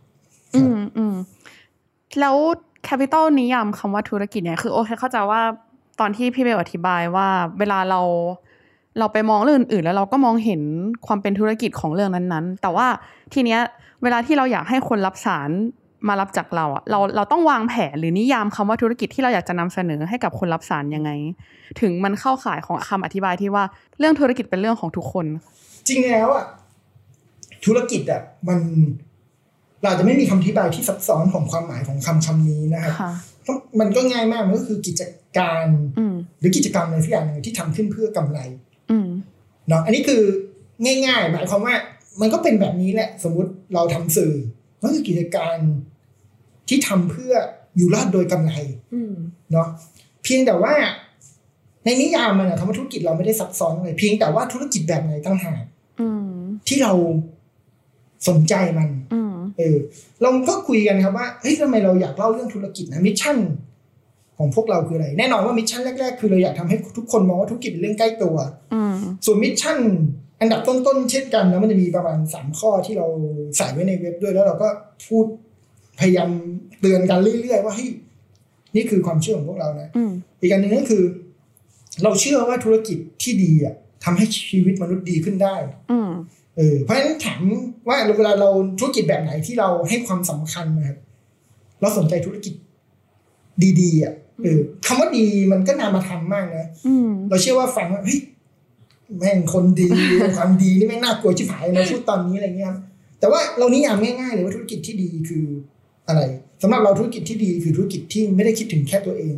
แล้วแคปิตอลนิยามคำว่าธุรกิจเนี่ยคือโอเคเข้าใจว่าตอนที่พี่เบลอธิบายว่าเวลาเราไปมองเรื่องอื่นแล้วเราก็มองเห็นความเป็นธุรกิจของเรื่องนั้นๆแต่ว่าทีเนี้ยเวลาที่เราอยากให้คนรับสารมารับจากเราเราต้องวางแผนหรือนิยามคำว่าธุรกิจที่เราอยากจะนำเสนอให้กับคนรับสารยังไงถึงมันเข้าข่ายของคำอธิบายที่ว่าเรื่องธุรกิจเป็นเรื่องของทุกคนจริงแล้วธุรกิจมันเราจะไม่มีคำอธิบายที่ซับซ้อนของความหมายของคำนี้นะครับมันก็ง่ายมากมันก็คือกิจการหรือกิจกรรมอะไรสักอย่างนึงที่ทำขึ้นเพื่อกำไรเนาะอันนี้คือง่ายๆหมายความว่ามันก็เป็นแบบนี้แหละสมมุติเราทำสื่อก็คือกิจการที่ทำเพื่ออยู่รอดโดยกำไรเนาะเพียงแต่ว่าในนิยามมันคำว่าธุรกิจเราไม่ได้ซับซ้อนเลยเพียงแต่ว่าธุรกิจแบบไหนตั้งหากที่เราสนใจมันเราก็คุยกันครับว่าเฮ้ยทำไมเราอยากเล่าเรื่องธุรกิจนะมิชชั่นของพวกเราคืออะไรแน่นอนว่ามิชชั่นแรกๆคือเราอยากทำให้ทุกคนมองว่าธุรกิจเป็นเรื่องใกล้ตัวส่วนมิชชั่นอันดับต้นๆเช่นกันนะมันจะมีประมาณ3ข้อที่เราใส่ไว้ในเว็บด้วยแล้วเราก็พูดพยายามเตือนกันเรื่อยๆว่าเฮ้ยนี่คือความเชื่อของพวกเรานะอีกอันนึงก็คือเราเชื่อว่าธุรกิจที่ดีทำให้ชีวิตมนุษย์ดีขึ้นได้เพราะฉะนั้นถามว่าเวลาเราธุรกิจแบบไหนที่เราให้ความสำคัญนะครับเราสนใจธุรกิจดีๆคำว่าดีมันก็นามธรรมมากนะเราเชื่อว่าฟังว่าเฮ้ยแม่งคนดีความดีนี่แม่งน่ากลัวชิบหายนะพูดตอนนี้อะไรเงี้ยแต่ว่าเรานิยามง่ายๆเลยว่าธุรกิจที่ดีคืออะไรสำหรับเราธุรกิจที่ดีคือธุรกิจที่ไม่ได้คิดถึงแค่ตัวเอง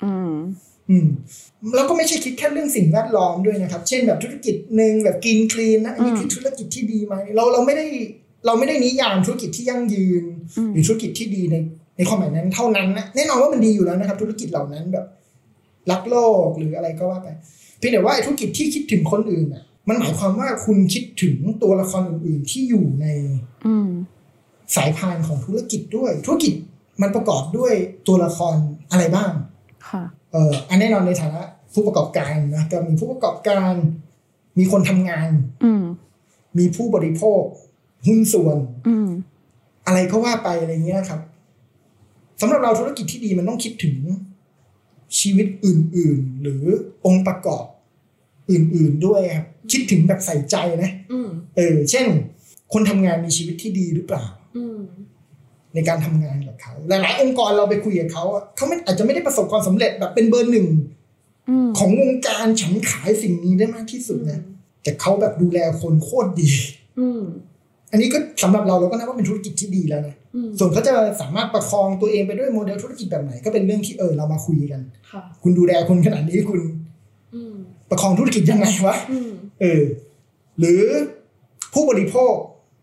แล้วก็ไม่ใช่คิดแค่เรื่องสิ่งแวดล้อมด้วยนะครับเช่นแบบธุรกิจนึงแบบกินคลีนนะอันนี้คือธุรกิจที่ดีไหมเราไม่ได้นิยามธุรกิจที่ยั่งยืนหรือธุรกิจที่ดีในความหมายนั้นเท่านั้นนะแน่นอนว่ามันดีอยู่แล้วนะครับธุรกิจเหล่านั้นแบบรักโลกหรืออะไรก็ว่าไปเพียงแต่ว่าธุรกิจที่คิดถึงคนอื่นมันหมายความว่าคุณคิดถึงตัวละครอื่นๆที่อยู่ในสายพานของธุรกิจด้วยธุรกิจมันประกอบด้วยตัวละครอะไรบ้างอันแน่นอนในฐานะผู้ประกอบการนะก็มีผู้ประกอบการมีคนทำงานมีผู้บริโภคหุ้นส่วนอะไรก็ว่าไปอะไรเงี้ยครับสำหรับเราธุรกิจที่ดีมันต้องคิดถึงชีวิตอื่นๆหรือองค์ประกอบอื่นๆด้วยครับคิดถึงแบบใส่ใจนะเช่นคนทำงานมีชีวิตที่ดีหรือเปล่าในการทำงานกับเขาหลายๆองค์กรเราไปคุยกับเขาเขาอาจจะไม่ได้ประสบความสำเร็จแบบเป็นเบอร์หนึ่งของวงการฉันขายสิ่งนี้ได้มากที่สุดนะแต่เขาแบบดูแลคนโคตรดีอันนี้ก็สำหรับเราก็นับว่าเป็นธุรกิจที่ดีแล้วนะส่วนเขาจะสามารถประคองตัวเองไปด้วยโมเดลธุรกิจแบบไหนก็เป็นเรื่องที่เรามาคุยกันคุณดูแลคนขนาดนี้คุณประคองธุรกิจยังไงวะหรือผู้บริโภค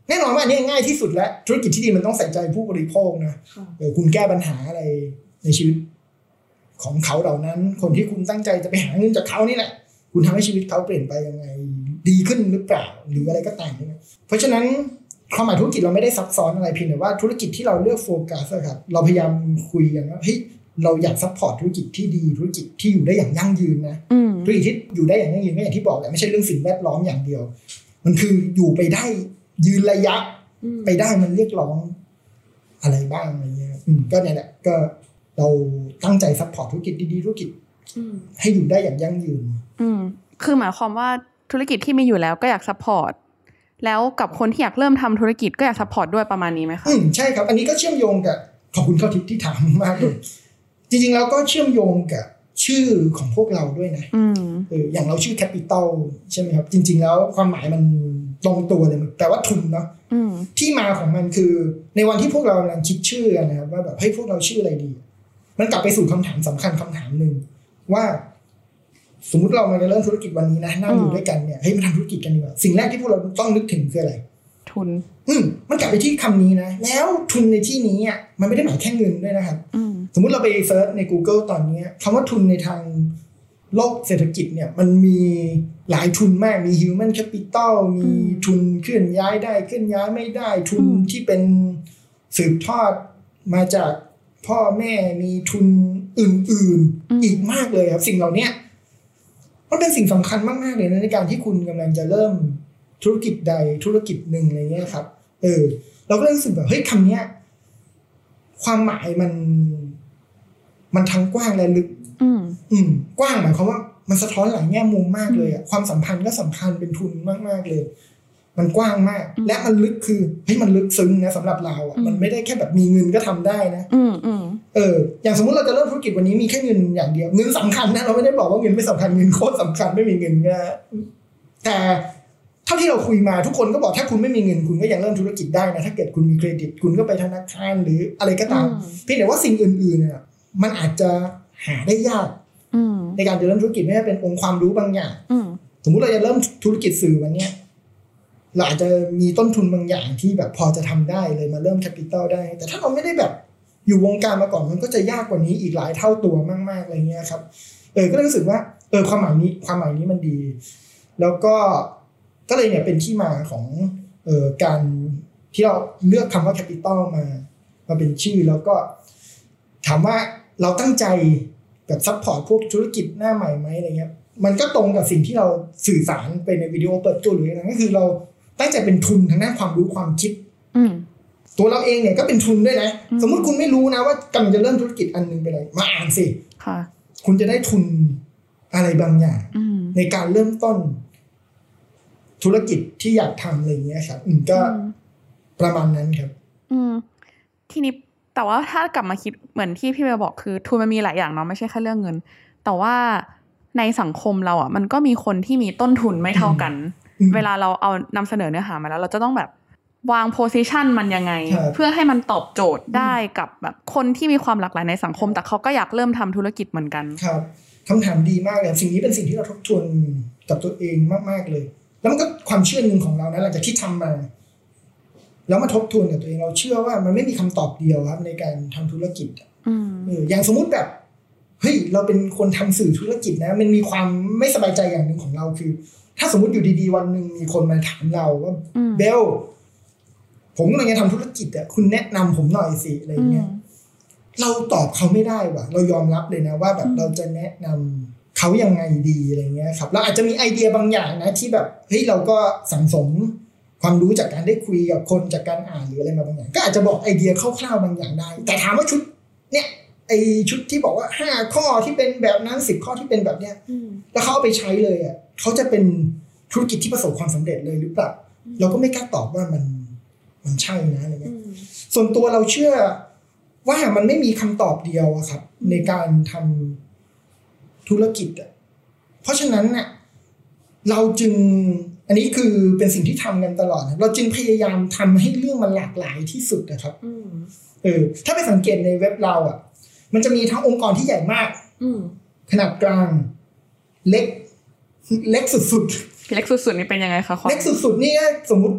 แน่นอนว่าอันนี้ง่ายที่สุดแล้วธุรกิจที่ดีมันต้องใส่ใจผู้บริโภคนะคุณแก้ปัญหาอะไรในชีวิตของเขาเหล่านั้นคนที่คุณตั้งใจจะไปหาเงินจากเขานี่แหละคุณทำให้ชีวิตเขาเปลี่ยนไปยังไงดีขึ้นหรือเปล่าหรืออะไรก็ตามเพราะฉะนั้นความหมายธุรกิจเราไม่ได้ซับซ้อนอะไรเพียงแต่ว่าธุรกิจที่เราเลือกโฟกัสครับเราพยายามคุยกันว่าเฮ้ยเราอยากซัพพอร์ตธุรกิจที่ดีธุรกิจที่อยู่ได้อย่างยั่งยืนนะธุรกิจที่อยู่ได้อย่างยั่งยืนก็อย่างที่บอกแหละไม่ใช่เรื่องสิ่งแวดล้อมอย่างเดียวมันคืออยู่ไปได้ยืนระยะไปได้มันเรียกร้องอะไรบ้างอะไรเงี้ยก็เนี่ยแหละก็เราตั้งใจซัพพอร์ตธุรกิจดีๆธุรกิจให้อยู่ได้อย่างยั่งยืนคือหมายความว่าธุรกิจที่มีอยู่แล้วก็อยากซัพพอร์ตแล้วกับคนที่อยากเริ่มทำธุรกิจก็อยากซัพพอร์ตด้วยประมาณนี้ไหมคะใช่ครับอันนี้ก็เชื่อมโยงกับขอบคุณข้อทิศที่ถามมากเลยจริงๆแล้วก็เชื่อมโยงกับชื่อของพวกเราด้วยนะอย่างเราชื่อ Capital ใช่ไหมครับจริงๆแล้วความหมายมันตรงตัวเลยแต่ว่าทุนเนาะที่มาของมันคือในวันที่พวกเรากำลังคิดชื่อกันนะครับว่าแบบให้พวกเราชื่ออะไรดีมันกลับไปสู่คำถามสำคัญคำถามหนึ่งว่าสมมุติเรามาจะเริ่มธุรกิจวันนี้นะนั่งอยู่ด้วยกันเนี่ยเฮ้ยมาทำธุรกิจกันดีกว่าสิ่งแรกที่พวกเราต้องนึกถึงคืออะไรทุนมันกลับไปที่คำนี้นะแล้วทุนในที่นี้อ่ะมันไม่ได้หมายแค่เงินด้วยนะครับสมมุติเราไปเซิร์ชใน Google ตอนนี้คำว่าทุนในทางโลกเศรษฐกิจเนี่ยมันมีหลายทุนมากมี human capital มีทุนเคลื่อนย้ายได้เคลื่อนย้ายไม่ได้ทุนที่เป็นสืบทอดมาจากพ่อแม่มีทุนอื่นๆอีกมากเลยครับสิ่งเหล่านี้มันเป็นสิ่งสำคัญมากๆเลยนะในการที่คุณกำลังจะเริ่มธุรกิจใดธุรกิจหนึ่งอะไรเงี้ยครับเราก็เลยรู้สึกแบบเฮ้ยคำนี้ความหมายมันทั้งกว้างและลึกกว้างหมายความว่ามันสะท้อนหลายแง่มุมมากเลยอะความสัมพันธ์ก็สำคัญเป็นทุนมากๆเลยมันกว้างมากและมันลึกคือเฮ้ยมันลึกซึ้งนะสำหรับเราอ่ะมันไม่ได้แค่แบบมีเงินก็ทำได้นะอย่างสมมุติเราจะเริ่มธุรกิจวันนี้มีแค่เงินอย่างเดียวเงินสำคัญนะเราไม่ได้บอกว่าเงินไม่สำคัญเงินโคตรสำคัญไม่มีเงินก็แต่เท่าที่เราคุยมาทุกคนก็บอกถ้าคุณไม่มีเงินคุณก็ยังเริ่มธุรกิจได้นะถ้าเกิดคุณมีเครดิตคุณก็ไปธนาคารหรืออะไรก็ตามเพียงแต่ว่าสิ่งอื่นๆเนี่ยมันอาจจะหาได้ยากในการจะเริ่มธุรกิจไม่ว่าเป็นองค์ความรู้บางอย่างสมมุติเราจะเริ่มธุรกิจสื่อวันนี้เราอาจจะมีต้นทุนบางอย่างที่แบบพอจะทำได้เลยมาเริ่มแคปิตอลได้แต่ถ้าเราไม่ได้แบบอยู่วงการมาก่อนมันก็จะยากกว่านี้อีกหลายเท่าตัวมากๆอะไรเงี้ยครับก็เลยรู้สึกว่าความหมายนี้มันดีแล้วก็เลยเนี่ยเป็นที่มาของการที่เราเลือกคำว่าแคปิตอลมาเป็นชื่อแล้วก็ถามว่าเราตั้งใจแบบซัพพอร์ตพวกธุรกิจหน้าใหม่ไหมอะไรเงี้ยมันก็ตรงกับสิ่งที่เราสื่อสารไปในวิดีโอเปิดตัวหรืออะไรก็คือเราตั้งใจเป็นทุนทางด้านความรู้ความคิดตัวเราเองเนี่ยก็เป็นทุนด้วยนะสมมุติคุณไม่รู้นะว่ากำลังจะเริ่มธุรกิจอันนึงไปเลยมาอ่านสิคุณจะได้ทุนอะไรบางอย่างในการเริ่มต้นธุรกิจที่อยากทำอะไรอย่างเงี้ยครับก็ประมาณนั้นครับทีนี้แต่ว่าถ้ากลับมาคิดเหมือนที่พี่เบลบอกคือทุนมันมีหลายอย่างเนาะไม่ใช่แค่เรื่องเงินแต่ว่าในสังคมเราอ่ะมันก็มีคนที่มีต้นทุนไม่เท่ากันเวลาเราเอานำเสนอเนื้อหามาแล้วเราจะต้องแบบวางโพสิชันมันยังไงเพื่อให้มันตอบโจทย์ได้กับแบบคนที่มีความหลากหลายในสังคมแต่เขาก็อยากเริ่มทำธุรกิจเหมือนกันครับคำถามดีมากเลยสิ่งนี้เป็นสิ่งที่เราทบทวนกับตัวเองมากๆเลยแล้วมันก็ความเชื่อนึงของเรานะหลังจากที่ทำมาแล้วมาทบทวนกับตัวเองเราเชื่อว่ามันไม่มีคำตอบเดียวครับในการทำธุรกิจอย่างสมมุติแบบเฮ้ยเราเป็นคนทำสื่อธุรกิจนะมันมีความไม่สบายใจอย่างหนึ่งของเราคือถ้าสมมุติอยู่ดีๆวันนึงมีคนมาถามเราว่าเบลผมกำลังจะทำธุรกิจอ่ะคุณแนะนำผมหน่อยสิอะไรเงี้ยเราตอบเขาไม่ได้ว่ะเรายอมรับเลยนะว่าแบบเราจะแนะนำเขายังไงดีอะไรเงี้ยครับเราอาจจะมีไอเดียบางอย่างนะที่แบบเฮ้ยเราก็สั่งสมความรู้จากการได้คุยกับคนจากการอ่านหรืออะไรมาบางอย่างก็อาจจะบอกไอเดียคร่าวๆบางอย่างได้แต่ถามว่าชุดเนี่ยไอชุดที่บอกว่า5ข้อที่เป็นแบบนั้น10ข้อที่เป็นแบบเนี้ยแล้วเขาเอาไปใช้เลยอ่ะเขาจะเป็นธุรกิจที่ประสบความสำเร็จเลยหรือเปล่าเราก็ไม่กล้าตอบว่ามันใช่นะอะไรเงี้ยส่วนตัวเราเชื่อว่ามันไม่มีคำตอบเดียวอะครับในการทำธุรกิจอ่ะเพราะฉะนั้นน่ะเราจึงอันนี้คือเป็นสิ่งที่ทำกันตลอดนะเราจึงพยายามทำให้เรื่องมันหลากหลายที่สุดนะครับถ้าไปสังเกตในเว็บเราอ่ะมันจะมีทั้งองค์กรที่ใหญ่มากขนาดกลางเล็กสุดๆเล็กสุดๆนี่เป็นยังไงคะเล็กสุดๆนี่สมมุติ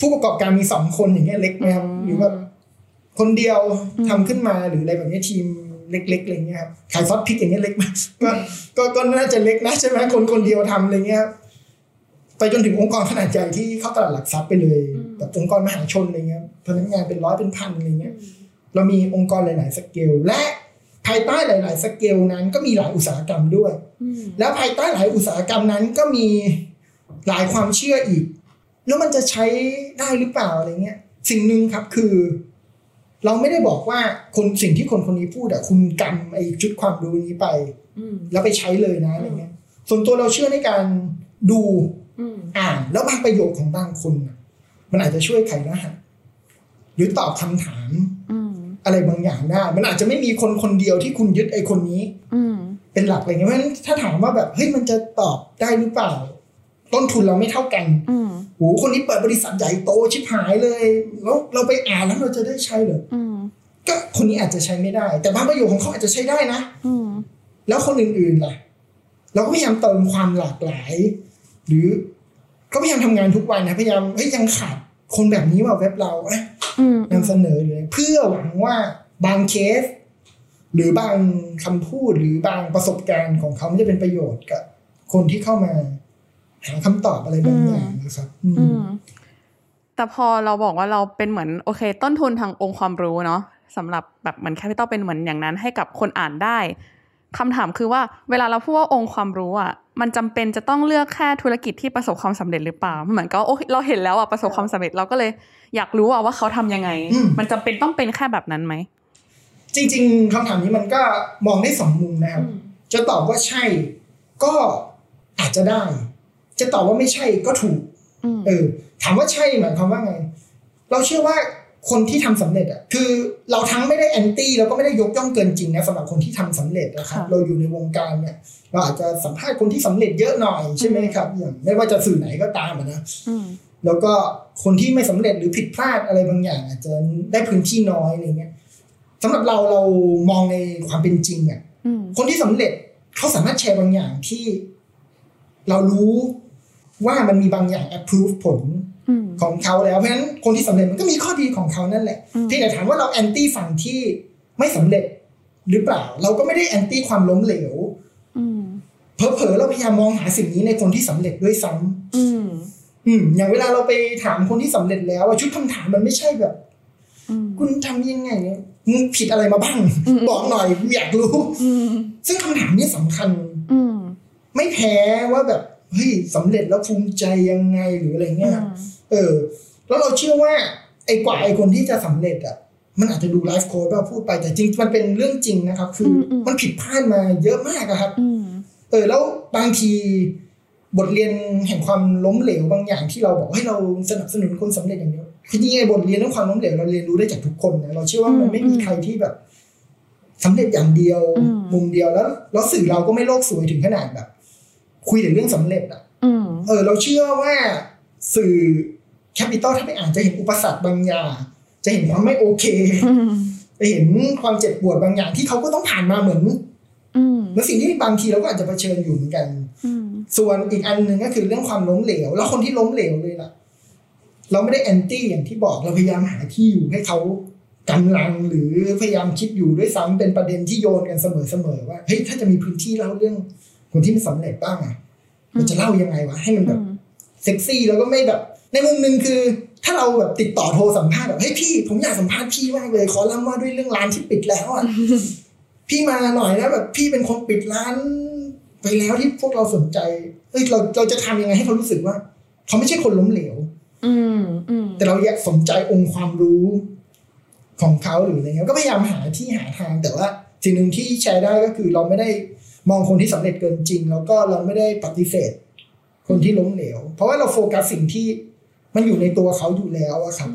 ผู้ประกอบการมี2คนอย่างเงี้ยเล็กไหมครับหรือว่าคนเดียวทำขึ้นมาหรืออะไรแบบนี้ทีมเล็กๆอะไรเงี้ยครับขายซอสพริกอย่างเงี้ยเล็กมากก็น่าจะเล็กนะใช่ไหมคนเดียวทำอะไรเงี้ยไปจนถึงองค์กรขนาดใหญ่ที่เข้าตลาดหลักทรัพย์ไปเลยแบบองค์กรมหาชนอะไรเงี้ยพนักงานเป็น100เป็นพันอะไรเงี้ยเรามีองค์กรหลายๆสเกลและภายใต้หลายๆสเกลนั้นก็มีหลายอุตสาหกรรมด้วยแล้วภายใต้หลายอุตสาหกรรมนั้นก็มีหลายความเชื่ออีกแล้วมันจะใช้ได้หรือเปล่าอะไรเงี้ยสิ่งนึงครับคือเราไม่ได้บอกว่าสิ่งที่คนนี้พูดคุณกำไอ้ชุดความรู้นี้ไปแล้วไปใช้เลยนะอะไรเงี้ยส่วนตัวเราเชื่อในการดูอ่านแล้วบางประโยคของบางคนมันอาจจะช่วยไขรหัสหรือตอบคำถามอะไรบางอย่างได้มันอาจจะไม่มีคนเดียวที่คุณยึดไอ้คนนี้เป็นหลักอะไรเงี้ยเพราะฉะนั้นถ้าถามว่าแบบเฮ้ยมันจะตอบได้หรือเปล่าต้นทุนเราไม่เท่ากันโหคนนี้เปิดบริษัทใหญ่โตชิบหายเลยแล้วเราไปอ่านแล้วเราจะได้ใช้เหรอก็คนนี้อาจจะใช้ไม่ได้แต่บางประโยคของเขาอาจจะใช้ได้นะแล้วคนอื่นๆล่ะเราก็พยายามเติมความหลากหลายหรือก็พยายามทำงานทุกวันนะพยายามยังขาดคนแบบนี้ว่าเว็บเรานำเสนอเลยเพื่อหวังว่าบางเคสหรือบางคำพูดหรือบางประสบการณ์ของเขาจะเป็นประโยชน์กับคนที่เข้ามาหาคำตอบอะไรบางอย่างนะครับแต่พอเราบอกว่าเราเป็นเหมือนโอเคต้นทุนทางองค์ความรู้เนาะสำหรับแบบเหมือนแคปิตอลเป็นเหมือนอย่างนั้นให้กับคนอ่านได้คำถามคือว่าเวลาเราพูดว่าองค์ความรู้มันจำเป็นจะต้องเลือกแค่ธุรกิจที่ประสบความสำเร็จหรือเปล่าเหมือนก็เราเห็นแล้วประสบความสำเร็จเราก็เลยอยากรู้ว่าเขาทำยังไงมันจำเป็นต้องเป็นแค่แบบนั้นไหมจริงๆคำถามนี้มันก็มองได้2มุมนะครับจะตอบว่าใช่ก็อาจจะได้จะตอบว่าไม่ใช่ก็ถูกถามว่าใช่หมายความว่าไงเราเชื่อว่าคนที่ทำสำเร็จคือเราทั้งไม่ได้แอนตี้แล้วก็ไม่ได้ยกย่องเกินจริงนะสำหรับคนที่ทำสำเร็จนะครับเราอยู่ในวงการเนี่ยเราอาจจะสัมภาษณ์คนที่สำเร็จเยอะหน่อยใช่ไหมครับอย่างไม่ว่าจะสื่อไหนก็ตามนะแล้วก็คนที่ไม่สำเร็จหรือผิดพลาดอะไรบางอย่างอาจจะได้พื้นที่น้อยอะไรเงี้ยสำหรับเรามองในความเป็นจริงคนที่สำเร็จเขาสามารถแชร์บางอย่างที่เรารู้ว่ามันมีบางอย่าง approve ผลของเขาแล้วเพราะฉะนั้นคนที่สำเร็จมันก็มีข้อดีของเขานั่นแหละเพียงแต่ถามว่าเราแอนตี้ฝั่งที่ไม่สำเร็จหรือเปล่าเราก็ไม่ได้แอนตี้ความล้มเหลวเผลอๆเราพยายามมองหาสิ่งนี้ในคนที่สำเร็จด้วยซ้ำอย่างเวลาเราไปถามคนที่สำเร็จแล้วชุดคำถามมันไม่ใช่แบบคุณทำยังไงเนี่ยมึงผิดอะไรมาบ้างบอกหน่อยอยากรู้ซึ่งคำถามนี้สำคัญไม่แพ้ว่าแบบเฮ้ยสำเร็จแล้วภูมิใจยังไงหรืออะไรเงี้ยแล้วเราเชื่อว่าไอ้คนที่จะสำเร็จมันอาจจะดูไลฟ์โค้ชว่าพูดไปแต่จริงมันเป็นเรื่องจริงนะครับคือมันผิดพลาดมาเยอะมากครับแล้วบางทีบทเรียนแห่งความล้มเหลวบางอย่างที่เราบอกให้เราสนับสนุนคนสำเร็จอย่างเดียวคือจริงๆบทเรียนเรื่องความล้มเหลวเราเรียนรู้ได้จากทุกคนนะเราเชื่อว่ามันไม่มีใครที่แบบสำเร็จอย่างเดียวมุมเดียวแล้วสื่อเราก็ไม่โลกสวยถึงขนาดแบบคุยแต่เรื่องสำเร็จเราเชื่อว่าสื่อแคปิตอลถ้าไปอ่านจะเห็นอุปสรรคบางอย่างจะเห็นความไม่โอเคจะเห็นความเจ็บปวดบางอย่างที่เขาก็ต้องผ่านมาเหมือนสิ่งที่บางทีเราก็อาจจะเผชิญอยู่เหมือนกันส่วนอีกอันนึงก็คือเรื่องความล้มเหลวแล้วคนที่ล้มเหลวเลยล่ะเราไม่ได้แอนตี้อย่างที่บอกเราพยายามหาที่อยู่ให้เขากำลังหรือพยายามคิดอยู่ด้วยซ้ำเป็นประเด็นที่โยนกันเสมอว่าเฮ้ยถ้าจะมีพื้นที่เล่าเรื่องคนที่ไม่สำเร็จบ้างมันจะเล่ายังไงวะให้มันแบบเซ็กซี่แล้วก็ไม่แบบในมุมนึงคือถ้าเราแบบติดต่อโทรสัมภาษณ์แบบเฮ้ยพี่ผมอยากสัมภาษณ์พี่มากเลยขอเล่าว่าด้วยเรื่องร้านที่ปิดแล้วพี่มาหน่อยนะแบบพี่เป็นคนปิดร้านไปแล้วที่พวกเราสนใจเราจะทำยังไงให้เขารู้สึกว่าเขาไม่ใช่คนล้มเหลวแต่เราอยากสนใจองค์ความรู้ของเขาหรืออะไรเงี้ยก็พยายามหาที่หาทางแต่ว่าสิ่งหนึ่งที่แชร์ได้ก็คือเราไม่ได้มองคนที่สำเร็จเกินจริงแล้วก็เราไม่ได้ปฏิเสธคนที่ล้มเหลวเพราะว่าเราโฟกัสสิ่งที่มันอยู่ในตัวเขาอยู่แล้วอะครับ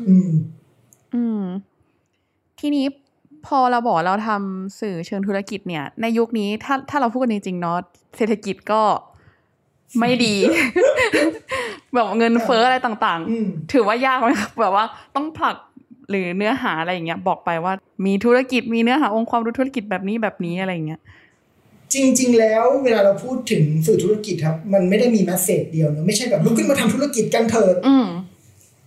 ทีนี้พอเราบอกเราทำสื่อเชิงธุรกิจเนี่ยในยุคนี้ถ้าเราพูดกันจริงๆเนาะเศรษฐกิจก็ไม่ดี แบบเงินเฟ้ออะไรต่างๆถือว่ายากไหมแบบว่าต้องผลักหรือเนื้อหาอะไรอย่างเงี้ยบอกไปว่ามีธุรกิจมีเนื้อหาองค์ความรู้ธุรกิจแบบนี้อะไรอย่างเงี้ยจริงๆแล้วเวลาเราพูดถึงสื่อธุรกิจครับมันไม่ได้มีแมสเสจเดียวนะไม่ใช่แบบลุกขึ้นมาทำธุรกิจกันเถิด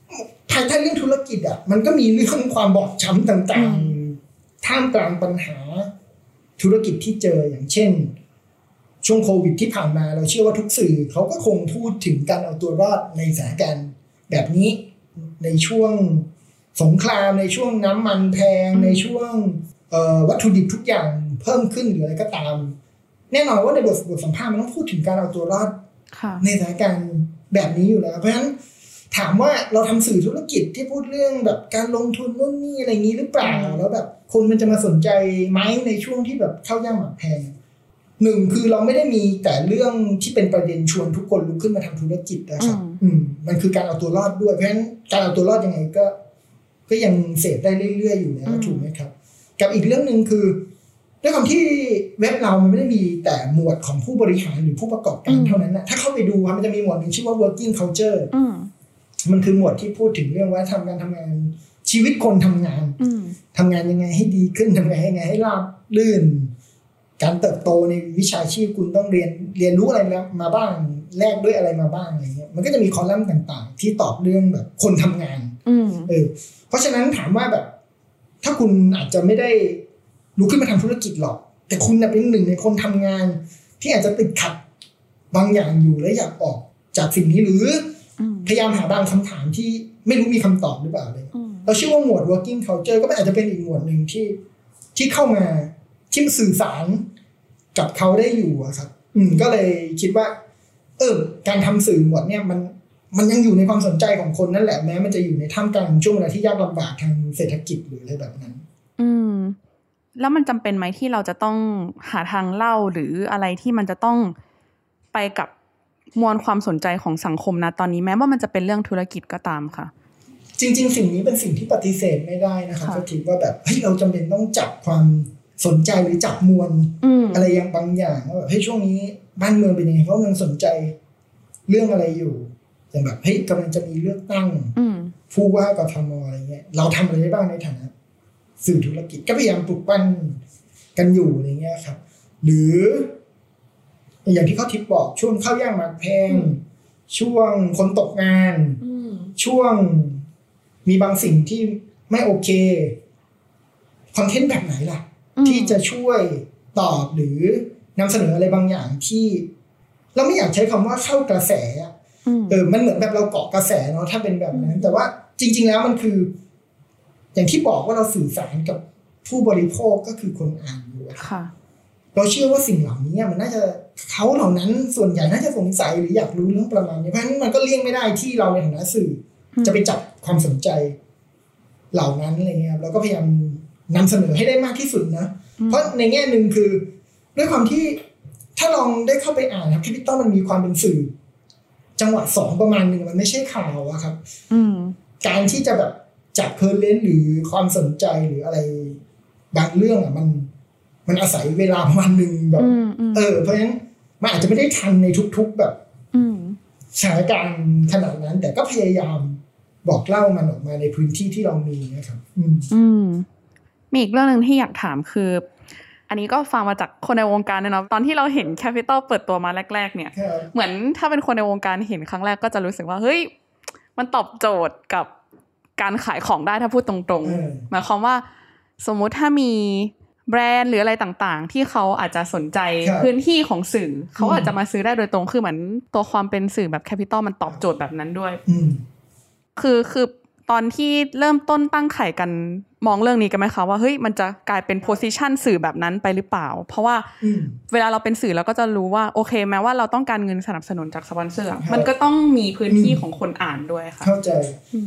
ภายใต้เรื่องธุรกิจอ่ะมันก็มีเรื่องความบอบช้ำต่างๆท่ามกลางปัญหาธุรกิจที่เจออย่างเช่นช่วงโควิดที่ผ่านมาเราเชื่อว่าทุกสื่อเขาก็คงพูดถึงการเอาตัวรอดในสถานการณ์แบบนี้ในช่วงสงครามในช่วงน้ำมันแพงในช่วงวัตถุดิบทุกอย่างเพิ่มขึ้นหรืออะไรก็ตามแน่นอนว่าในบทสัมภาษณ์มันต้องพูดถึงการเอาตัวรอดในสถานการณ์แบบนี้อยู่แล้วเพราะฉะนั้นถามว่าเราทำสื่อธุรกิจที่พูดเรื่องแบบการลงทุนนู่นนี่อะไรอย่างนี้หรือเปล่าแล้วแบบคนมันจะมาสนใจไหมในช่วงที่แบบข้าวยากหมากแพงหนึ่งคือเราไม่ได้มีแต่เรื่องที่เป็นประเด็นชวนทุกคนลุกขึ้นมาทำธุรกิจนะครับมันคือการเอาตัวรอดด้วยเพราะฉะนั้นการเอาตัวรอดยังไงก็ยังเสพได้เรื่อยๆอยู่แล้วถูกไหมครับกับอีกเรื่องนึงคือด้วยความที่เว็บเรามันไม่ได้มีแต่หมวดของผู้บริหารหรือผู้ประกอบการเท่านั้นนะถ้าเข้าไปดูครับมันจะมีหมวดนึงชื่อว่า working culture มันคือหมวดที่พูดถึงเรื่องว่าการทำงานชีวิตคนทำงานยังไงให้ดีขึ้นทำยังไงให้ราบรื่นการเติบโตในวิชาชีพคุณต้องเรียนรู้อะไรมาบ้างแลกด้วยอะไรมาบ้างอะไรเงี้ยมันก็จะมีคอลัมน์ต่างๆที่ตอบเรื่องแบบคนทำงานเพราะฉะนั้นถามว่าแบบถ้าคุณอาจจะไม่ได้ลุกขึ้นมาทำธุรกิจหรอกแต่คุณเป็นหนึ่งในคนทำงานที่อาจจะติดขัดบางอย่างอยู่และอยากออกจากสิ่งนี้หรือพยายามหาบางคำถามที่ไม่รู้มีคำตอบหรือเปล่าเลยเราเชื่อว่าหมวด working culture ก็อาจจะเป็นอีกหมวดหนึ่งที่เข้ามาที่สื่อสารกับเขาได้อยู่ครับก็เลยคิดว่าการทำสื่อหมวดเนี่ยมันยังอยู่ในความสนใจของคนนั่นแหละแม้มันจะอยู่ในท่ามกลางช่วงเวลาที่ยากลำบากทางเศรษฐกิจหรืออะไรแบบนั้นแล้วมันจำเป็นไหมที่เราจะต้องหาทางเล่าหรืออะไรที่มันจะต้องไปกับมวลความสนใจของสังคมนะตอนนี้แม้ว่ามันจะเป็นเรื่องธุรกิจก็ตามค่ะจริงๆสิ่งนี้เป็นสิ่งที่ปฏิเสธไม่ได้นะครับก็คิดว่าแบบเราจำเป็นต้องจับความสนใจหรือจับมวลอะไรอย่างบางอย่างว่าแบบช่วงนี้บ้านเมืองเป็นยังไงเขากำลังสนใจเรื่องอะไรอยู่อย่างแบบกำลังจะมีเลือกตั้งผู้ว่ากทมอะไรเงี้ยเราทำอะไรได้บ้างในฐานะสื่อธุรกิจก็พยายามปลุกปั้นกันอยู่อะไรเงี้ยครับหรืออย่างที่เขาทิปบอกช่วงข้าวยากหมากแพงช่วงคนตกงานช่วงมีบางสิ่งที่ไม่โอเคคอนเทนต์แบบไหนล่ะที่จะช่วยตอบหรือนำเสนออะไรบางอย่างที่เราไม่อยากใช้คำว่าเข้ากระแสมันเหมือนแบบเราเกาะกระแสเนาะถ้าเป็นแบบนั้นแต่ว่าจริงๆแล้วมันคืออย่างที่บอกว่าเราสื่อสารกับผู้บริโภคก็คือคนอ่านอยู่ค่ะเราเชื่อว่าสิ่งเหล่านี้มันน่าจะเขาเหล่านั้นส่วนใหญ่น่าจะสงสัยหรืออยากรู้เรื่องประมาณนี้เพราะฉะนั้นมันก็เลี่ยงไม่ได้ที่เราในฐานะสื่อจะไปจับความสนใจเหล่านั้นอะไรเงี้ยเราก็พยายามนำเสนอให้ได้มากที่สุดนะเพราะในแง่นึงคือด้วยความที่ถ้าลองได้เข้าไปอ่านครับCapitalมันมีความเป็นสื่อจังหวะ2ประมาณนึงมันไม่ใช่ข่าวอะครับการที่จะแบบจับเพอร์เลนหรือความสนใจหรืออะไรบางเรื่องอะมันอาศัยเวลาประมาณนึงแบบเพราะฉะนั้นมันอาจจะไม่ได้ทันในทุกๆแบบสถานการณ์ขนาดนั้นแต่ก็พยายามบอกเล่ามันออกมาในพื้นที่ที่เรามีนะครับมีอีกเรื่องนึงที่อยากถามคืออันนี้ก็ฟังมาจากคนในวงการเนาะตอนที่เราเห็น Capital เปิดตัวมาแรกๆเนี่ยเหมือนถ้าเป็นคนในวงการเห็นครั้งแรกก็จะรู้สึกว่าเฮ้ยมันตอบโจทย์กับการขายของได้ถ้าพูดตรงๆหมายความว่าสมมุติถ้ามีแบรนด์หรืออะไรต่างๆที่เขาอาจจะสนใจพื้นที่ของสื่อเขาอาจจะมาซื้อได้โดยตรงคือเหมือนตัวความเป็นสื่อแบบ Capital มันตอบโจทย์แบบนั้นด้วยคือตอนที่เริ่มต้นตั้งไข่กันมองเรื่องนี้กันไหมคะว่าเฮ้ยมันจะกลายเป็นโพสิชันสื่อแบบนั้นไปหรือเปล่าเพราะว่าเวลาเราเป็นสื่อเราก็จะรู้ว่าโอเคแม้ว่าเราต้องการเงินสนับสนุนจากสปอนเซอร์มันก็ต้องมีพื้นที่ของคนอ่านด้วยค่ะเข้าใจ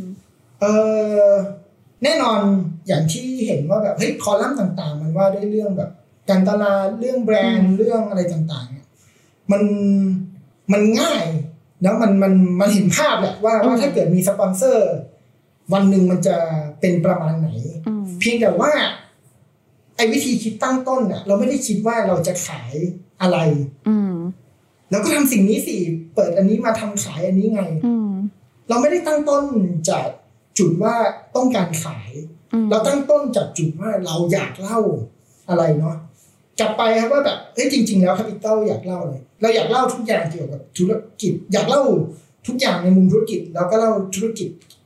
แน่นอนอย่างที่เห็นว่าแบบคอลัมน์ต่างๆมันว่าด้วยเรื่องแบบการตลาดเรื่องแบรนด์เรื่องอะไรต่างๆมันง่ายแล้วมันเห็นภาพแหละว่าถ้าเกิดมีสปอนเซอร์วันหนึ่งมันจะเป็นประมาณไหนเพียงแต่ว่าไอ้วิธีคิดตั้งต้นน่ะเราไม่ได้คิดว่าเราจะขายอะไรแล้วก็ทำสิ่งนี้สิเปิดอันนี้มาทำขายอันนี้ไงเราไม่ได้ตั้งต้นจากจุดว่าต้องการขายเราตั้งต้นจากจุดว่าเราอยากเล่าอะไรเนาะกลับไปครับว่าแบบจริงๆแล้วCapitalอยากเล่าเลยเราอยากเล่าทุกอย่างเกี่ยวกับธุรกิจอยากเล่าทุกอย่างในมุมธุรกิจแล้วก็เล่าธุรกิจ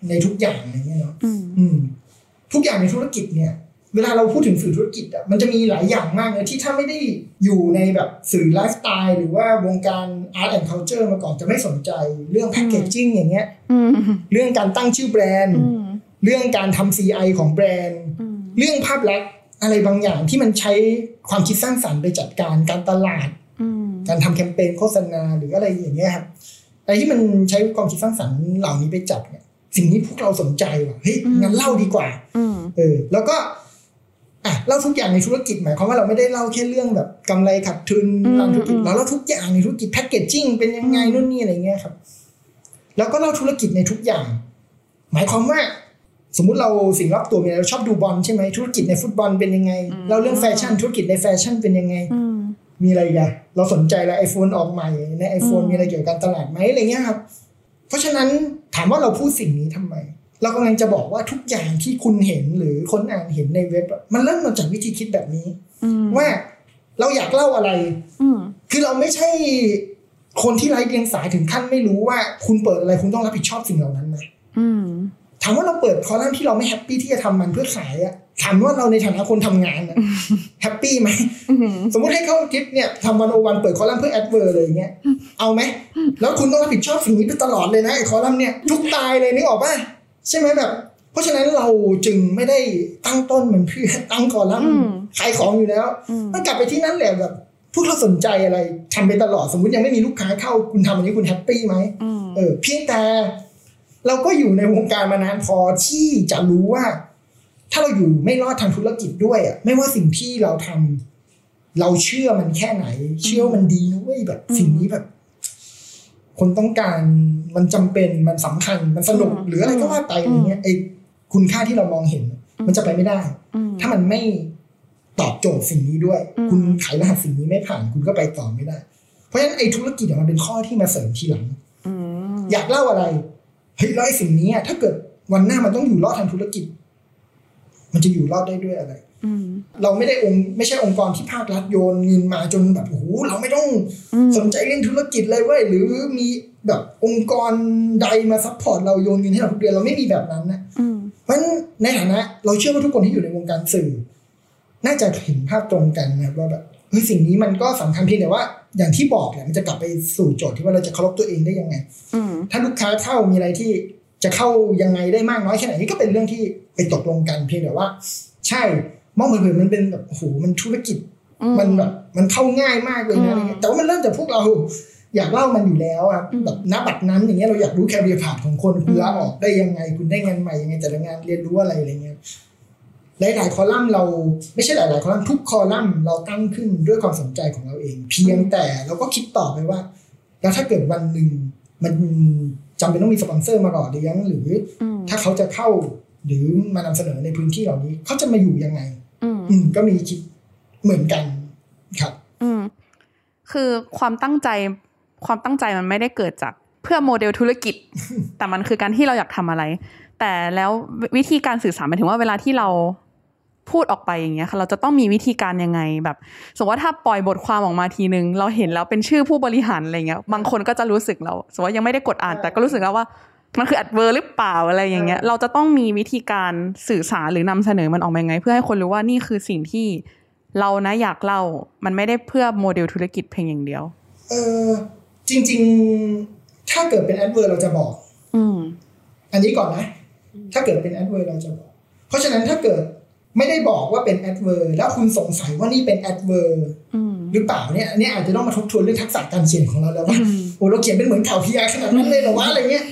ในทุกอย่างอะไรเงี้ยเนาะทุกอย่างในธุรกิจเนี่ยเวลาเราพูดถึงสื่อธุรกิจอ่ะมันจะมีหลายอย่างมากเลยที่ถ้าไม่ได้อยู่ในแบบสื่อไลฟ์สไตล์หรือว่าวงการ Art and Culture มาก่อนจะไม่สนใจเรื่องแพคเกจจิ้งอย่างเงี้ยเรื่องการตั้งชื่อแบรนด์เรื่องการทำ CI ของแบรนด์เรื่องภาพลักษณ์อะไรบางอย่างที่มันใช้ความคิดสร้างสรรค์ไปจัดการการตลาดการทำแคมเปญโฆษณาหรืออะไรอย่างเงี้ยครับอะไรที่มันใช้ความคิดสร้างสรรค์เหล่านี้ไปจัดเนี่ยสิ่งนี้พวกเราสนใจว่ะเฮ้ยงั้นเล่าดีกว่าแล้วก็เล่าทุกอย่างในธุรกิจหมายความว่าเราไม่ได้เล่าแค่เรื่องแบบกำไรขาดทุนรันธุรกิจเราเล่าทุกอย่างในธุรกิจแพคเกจจิ้งเป็นยังไงนู่นนี่อะไรเงี้ยครับแล้วก็เล่าธุรกิจในทุกอย่างหมายความว่าสมมุติเราสิ่งรอบตัวเราชอบดูบอลใช่ไหมธุรกิจในฟุตบอลเป็นยังไงเราเรื่องแฟชั่นธุรกิจในแฟชั่นเป็นยังไงมีอะไรอีกเราสนใจแล้ว iPhone ออกใหม่ใน iPhone มีอะไรเกี่ยวกับการตลาดไหมอะไรเงี้ยครับเพราะฉะนั้นถามว่าเราพูดสิ่งนี้ทำไมเรากำลังจะบอกว่าทุกอย่างที่คุณเห็นหรือคนอ่านเห็นในเว็บมันเริ่มมาจากวิธีคิดแบบนี้ว่าเราอยากเล่าอะไรคือเราไม่ใช่คนที่ไร้เดียงสาถึงขั้นไม่รู้ว่าคุณเปิดอะไรคุณต้องรับผิดชอบสิ่งเหล่านั้นนะถามว่าเราเปิดคอลัมน์ที่เราไม่แฮปปี้ที่จะทำมันเพื่อขายอะถามว่าเราในฐานะคนทำงานแฮปปี้ไหมสมมติให้เข้าทิปเนี่ยทำ101เปิดคอลัมน์เพื่อแอดเวอร์เลยอย่างเงี้ยเอาไหมแล้วคุณต้องรับผิดชอบสิ่งนี้ไปตลอดเลยนะไอ้คอลัมน์เนี่ยทุกตายเลยนึกออกป่ะใช่ไหมแบบเพราะฉะนั้นเราจึงไม่ได้ตั้งต้นมันเพื่อตั้งคอลัมน์ขายของอยู่แล้วมันกลับไปที่นั่นแหละแบบพวกเราสนใจอะไรทำไปตลอดสมมุติยังไม่มีลูกค้าเข้าคุณทำอันนี้คุณแฮปปี้ไหมเพียงแต่เราก็อยู่ในวงการมานานพอที่จะรู้ว่าถ้าเราอยู่ไม่รอดทางธุรกิจด้วยอ่ะไม่ว่าสิ่งที่เราทำเราเชื่อมันแค่ไหนเชื่อมันดีนะเว้ยแบบสิ่งนี้แบบคนต้องการมันจำเป็นมันสำคัญมันสนุกหรืออะไรก็ว่าไปอะไรเงี้ยไอ้คุณค่าที่เรามองเห็นมันจะไปไม่ได้ถ้ามันไม่ตอบโจทย์สิ่งนี้ด้วยคุณขายรหัสสิ่งนี้ไม่ผ่านคุณก็ไปต่อไม่ได้เพราะฉะนั้นไอ้ธุรกิจมันเป็นข้อที่มาเสริมทีหลังอยากเล่าอะไรเฮ้ยแล้วไอ้สิ่งนี้ถ้าเกิดวันหน้ามันต้องอยู่รอดทางธุรกิจมันจะอยู่รอดได้ด้วยอะไรเราไม่ได้ไม่ใช่องค์กรที่ภาครัฐโยนเงินมาจนแบบโอ้โหเราไม่ต้องสนใจเรื่องธุรกิจเลยเว้ยหรือมีแบบองค์กรใดมาซัพพอร์ตเราโยนเงินให้เราทุกเดือนเราไม่มีแบบนั้นนะเพราะฉะนั้นในฐานะเราเชื่อว่าทุกคนที่อยู่ในวงการสื่อน่าจะเห็นภาพตรงกันนะว่าแบบสิ่งนี้มันก็สำคัญเพียงแต่ว่าอย่างที่บอกแหละมันจะกลับไปสู่โจทย์ที่ว่าเราจะเคารพตัวเองได้ยังไงถ้าลูกค้าเข้ามีอะไรที่จะเข้ายังไงได้มากน้อยแค่ไหนนี่ก็เป็นเรื่องที่ไปตกลงกันเพียงแต่ว่าใช่มองเผินๆมันเป็นแบบโอ้โหมันธุรกิจมันแบบมันเข้าง่ายมากเลยนะอะไรเงี้ยแต่ว่ามันเริ่มจากพวกเราอยากเล่ามันอยู่แล้วอ่ะแบบณบัดนั้นอย่างเงี้ยเราอยากรู้แคริเอร์พาธของคนคุณลาออกได้ยังไงคุณได้งานใหม่ยังไงแต่ละงานเรียนรู้อะไรเงี้ยหลายๆคอลัมน์เราไม่ใช่หลายๆคอลัมน์ทุกคอลัมน์เราตั้งขึ้นด้วยความสนใจของเราเองเพียงแต่เราก็คิดต่อไปว่าแล้วถ้าเกิดวันนึงมันจำเป็นต้องมีสปอนเซอร์มาหล่อเลี้ยงหรือถ้าเขาจะเข้าหรือมานำเสนอในพื้นที่เหล่านี้เขาจะมาอยู่ยังไงก็มีคิดเหมือนกันครับคือความตั้งใจมันไม่ได้เกิดจากเพื่อโมเดลธุรกิจ แต่มันคือการที่เราอยากทำอะไรแต่แล้ววิธีการสื่อสารหมายถึงว่าเวลาที่เราพูดออกไปอย่างเงี้ยค่ะเราจะต้องมีวิธีการยังไงแบบสมมติว่าถ้าปล่อยบทความออกมาทีนึงเราเห็นแล้วเป็นชื่อผู้บริหารอะไรเงี้ยบางคนก็จะรู้สึกเราสมมติว่ายังไม่ได้กดอ่านแต่ก็รู้สึกแล้วว่ามันคือแอดเวอร์หรือเปล่าอะไรอย่างเงี้ยเราจะต้องมีวิธีการสื่อสารหรือนำเสนอมันออกมายังไงเพื่อให้คนรู้ว่านี่คือสิ่งที่เรานะอยากเล่ามันไม่ได้เพื่อโมเดลธุรกิจเพียงอย่างเดียวจริงๆถ้าเกิดเป็นแอดเวอร์เราจะบอกอันนี้ก่อนนะถ้าเกิดเป็นแอดเวอร์เราจะบอกเพราะฉะนั้นถ้าเกิดไม่ได้บอกว่าเป็นแอดเวอร์แล้วคุณสงสัยว่านี่เป็นแอดเวอร์หรือเปล่าเนี่ยอันนี้อาจจะต้องมาทบทวนเรื่องทักษะการเขียนของเราแล้วว่าโอ้เราเขียนเป็นเหมือนข่าว PR ขนาดนั้นเลยเหรอวะอะไรเงี้ย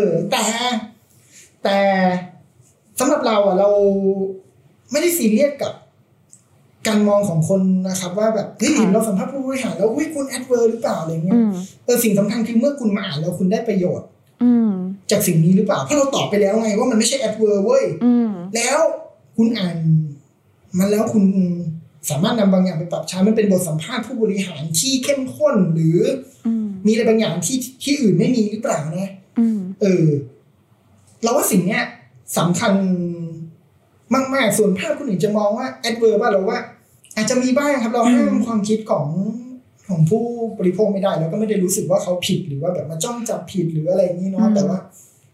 แต่สำหรับเราอ่ะเราไม่ได้ซีเรียสกับการมองของคนนะครับว่าแบบเฮ้ยเราสัมภาษณ์ผู้บริหารแล้วคุณแอดเวอร์หรือเปล่าอะไรเงี้ยสิ่งสำคัญคือเมื่อคุณมาอ่านแล้วคุณได้ประโยชน์จากสิ่งนี้หรือเปล่าเพราะเราตอบไปแล้วไงว่ามันไม่ใช่แอดเวอร์เว้ยแล้วคุณอ่านมันแล้วคุณสามารถนำบางอย่างไปปรับใช้มันเป็นบทสัมภาษณ์ผู้บริหารที่เข้มข้นหรือมีอะไรบางอย่างที่อื่นไม่มีหรือเปล่านะเราว่าสิ่งเนี้ยสำคัญมากๆส่วนภาพคนอื่นจะมองว่าแอดเวอร์ป่ะเราว่าอาจจะมีบ้างครับเราห้ามความคิดของผู้บริโภคไม่ได้แล้วก็ไม่ได้รู้สึกว่าเขาผิดหรือว่าแบบมาจ้องจับผิดหรืออะไรอย่างนี้เนาะแต่ว่า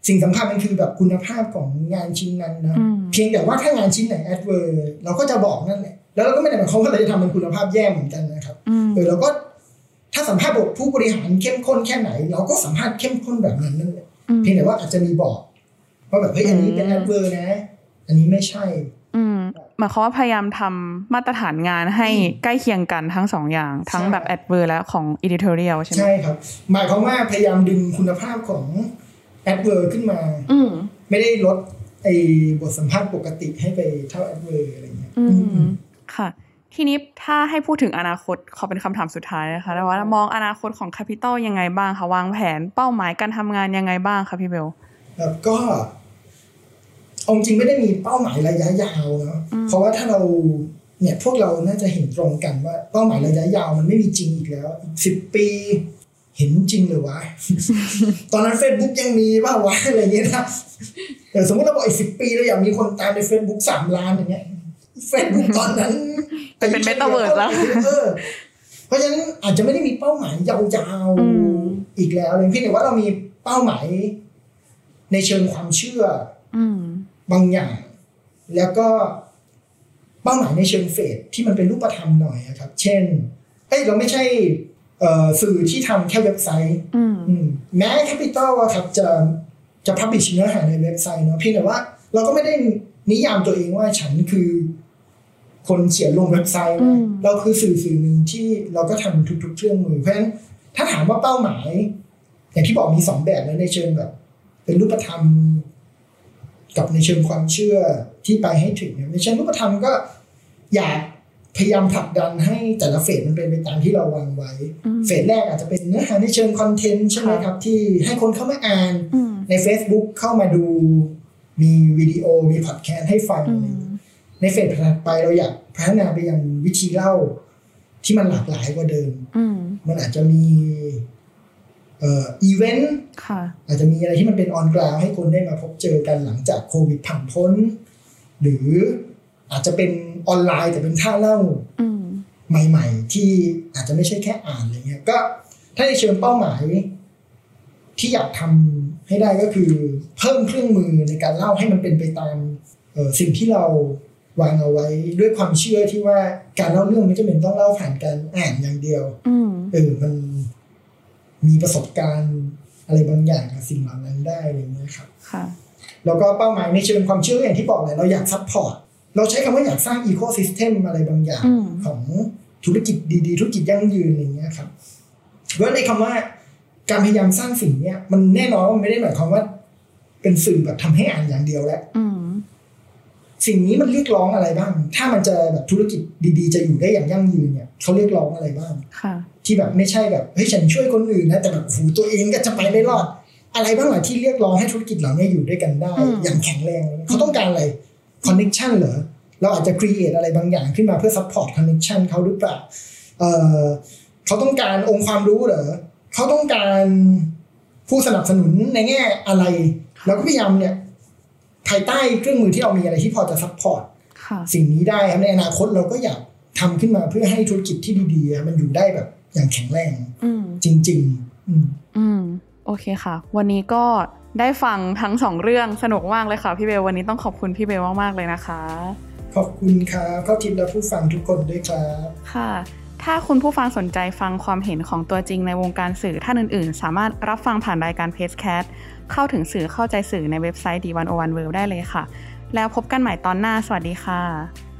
สิ่งสำคัญมันคือแบบคุณภาพของงานชิ้นนั้นนะเพียงแต่ว่าถ้างานชิ้นไหนแอดเวอร์เราก็จะบอกนั่นแหละแล้วเราก็ไม่ได้หมายความว่าเราจะทำเป็นคุณภาพแย่เหมือนกันนะครับเราก็ถ้าสัมภาษณ์ผู้บริหารเข้มข้นแค่ไหนเราก็สัมภาษณ์เข้มข้นแบบนั้นนั่นแหละเพียงแต่ว่าอาจจะมีบอกว่าแบบเฮ้ยอันนี้เป็นแอดเวอร์นะอันนี้ไม่ใช่หมายความว่าพยายามทำมาตรฐานงานให้ใกล้เคียงกันทั้งสองอย่างทั้งแบบแอดเวอร์และของ editorial ใช่ไหมใช่ครับหมายความว่าพยายามดึงคุณภาพของแอดเวอร์ขึ้นมาไม่ได้ลดไอ้บทสัมภาษณ์ปกติให้ไปเท่าแอดเวอร์อะไรเงี้ยค่ะทีนี้ถ้าให้พูดถึงอนาคตขอเป็นคำถามสุดท้ายนะคะว่ามองอนาคตของ Capital ยังไงบ้างคะวางแผนเป้าหมายการทำงานยังไงบ้างคะพี่เบลก็องจริงไม่ได้มีเป้าหมายระยะยาวเนาะเพราะว่าถ้าเราเนี่ยพวกเราน่าจะเห็นตรงกันว่าเป้าหมายระยะยาวมันไม่มีจริงอีกแล้ว10 ปีเห็นจริงเลยวะ ตอนนั้น Facebook ยังมีว่าวะอะไรเงี้ยนะสมมติเราบอกอีก10 ปีเราอยากมีคนตามใน Facebook 3 ล้านอย่างเงี้ย Facebook ตอนนั้นเป็นเมตาเวิร์สแล้วเพราะฉะนั้นอาจจะไม่ได้มีเป้าหมายยาวๆอีกแล้วเลยเพียงแต่ว่าเรามีเป้าหมายในเชิงความเชื่อบางอย่างแล้วก็เป้าหมายในเชิงเฟสที่มันเป็นรูปธรรมหน่อยครับเช่นเราไม่ใช่สื่อที่ทำแค่เว็บไซต์แม้ Capital ครับจะ publish เนื้อหาในเว็บไซต์เนาะเพียงแต่ว่าเราก็ไม่ได้นิยามตัวเองว่าฉันคือคนเขียนลงเว็บไซต์เราคือสื่อหนึ่งที่เราก็ทำทุกๆเครื่องมือเพราะฉะนั้นถ้าถามว่าเป้าหมายอย่างที่บอกมี2แบบนะในเชิงแบบเป็นรูปธรรมกับในเชิงความเชื่อที่ไปให้ถึงในเชิงรูปธรรมก็อยากพยายามผลักดันให้แต่ละเฟสมันเป็นไปตามที่เราวางไว้เฟสแรกอาจจะเป็นเนื้อหาในเชิงคอนเทนต์ใช่ไหมครับที่ให้คนเข้ามาอ่านใน Facebook เข้ามาดูมีวิดีโอมีพอดแคสต์ให้ฟังในเฟสถัดไปเราอยากพัฒนาไปยังวิธีเล่าที่มันหลากหลายกว่าเดิมมันอาจจะมีอีเวนต์อาจจะมีอะไรที่มันเป็นออนกราวด์ให้คนได้มาพบเจอกันหลังจากโควิดผ่านพ้นหรืออาจจะเป็นออนไลน์แต่เป็นท่าเล่าใหม่ๆที่อาจจะไม่ใช่แค่อ่านอะไรเงี้ยก็ถ้าในเชิงเป้าหมายที่อยากทำให้ได้ก็คือเพิ่มเครื่องมือในการเล่าให้มันเป็นไปตามสิ่งที่เราวางเอาไว้ด้วยความเชื่อที่ว่าการเล่าเรื่องไม่จำเป็นต้องเล่าผ่านการอ่านอย่างเดียวมันมีประสบการณ์อะไรบางอย่างกับสิ่งเหล่านั้นได้อะไรเงี้ยครับแล้วก็เป้าหมายในเชิงความเชื่ออย่างที่บอกเลยเราอยากซัพพอร์ตเราใช้คำว่าอยากสร้างอีโคซิสเต็มอะไรบางอย่างของธุรกิจดีๆธุรกิจยั่งยืนอย่างเงี้ยครับเพราะในคำว่าการพยายามสร้างสิ่งเนี้ยมันแน่นอนว่ามันไม่ได้หมายความว่าเป็นสื่อแบบทำให้อ่านอย่างเดียวแล้วสิ่งนี้มันเรียกร้องอะไรบ้างถ้ามันจะแบบธุรกิจดีๆจะอยู่ได้อย่างยั่งยืนเนี่ยเขาเรียกร้องอะไรบ้างที่แบบไม่ใช่แบบเฮ้ยฉันช่วยคนอื่นนะแต่แบบตัวเองก็จะไปไม่รอดอะไรบ้างล่ะที่เรียกร้องให้ธุรกิจเหล่านี้อยู่ด้วยกันได้อย่างแข็งแรงเขาต้องการอะไรคอนเนคชั่นเหรอเราอาจจะครีเอทอะไรบางอย่างขึ้นมาเพื่อซัพพอร์ตคอนเนคชั่นเขาหรือเปล่าเขาต้องการองค์ความรู้เหรอเขาต้องการผู้สนับสนุนในแง่อะไรเราก็พยายามเนี่ยภายใต้เครื่องมือที่เรามีอะไรที่พอจะซัพพอร์ตสิ่งนี้ได้ครับในอนาคตเราก็อยากทำขึ้นมาเพื่อให้ธุรกิจที่ดีๆมันอยู่ได้แบบอย่างแข็งแรงจริงๆโอเคค่ะวันนี้ก็ได้ฟังทั้ง2เรื่องสนุกมากเลยค่ะพี่เบลวันนี้ต้องขอบคุณพี่เบลมากๆเลยนะคะขอบคุณครับเข้าทิพย์และผู้ฟังทุกคนด้วยครับค่ะถ้าคุณผู้ฟังสนใจฟังความเห็นของตัวจริงในวงการสื่อท่านอื่นๆสามารถรับฟังผ่านรายการ Pagecast เข้าถึงสื่อเข้าใจสื่อในเว็บไซต์ D101 World ได้เลยค่ะแล้วพบกันใหม่ตอนหน้าสวัสดีค่ะ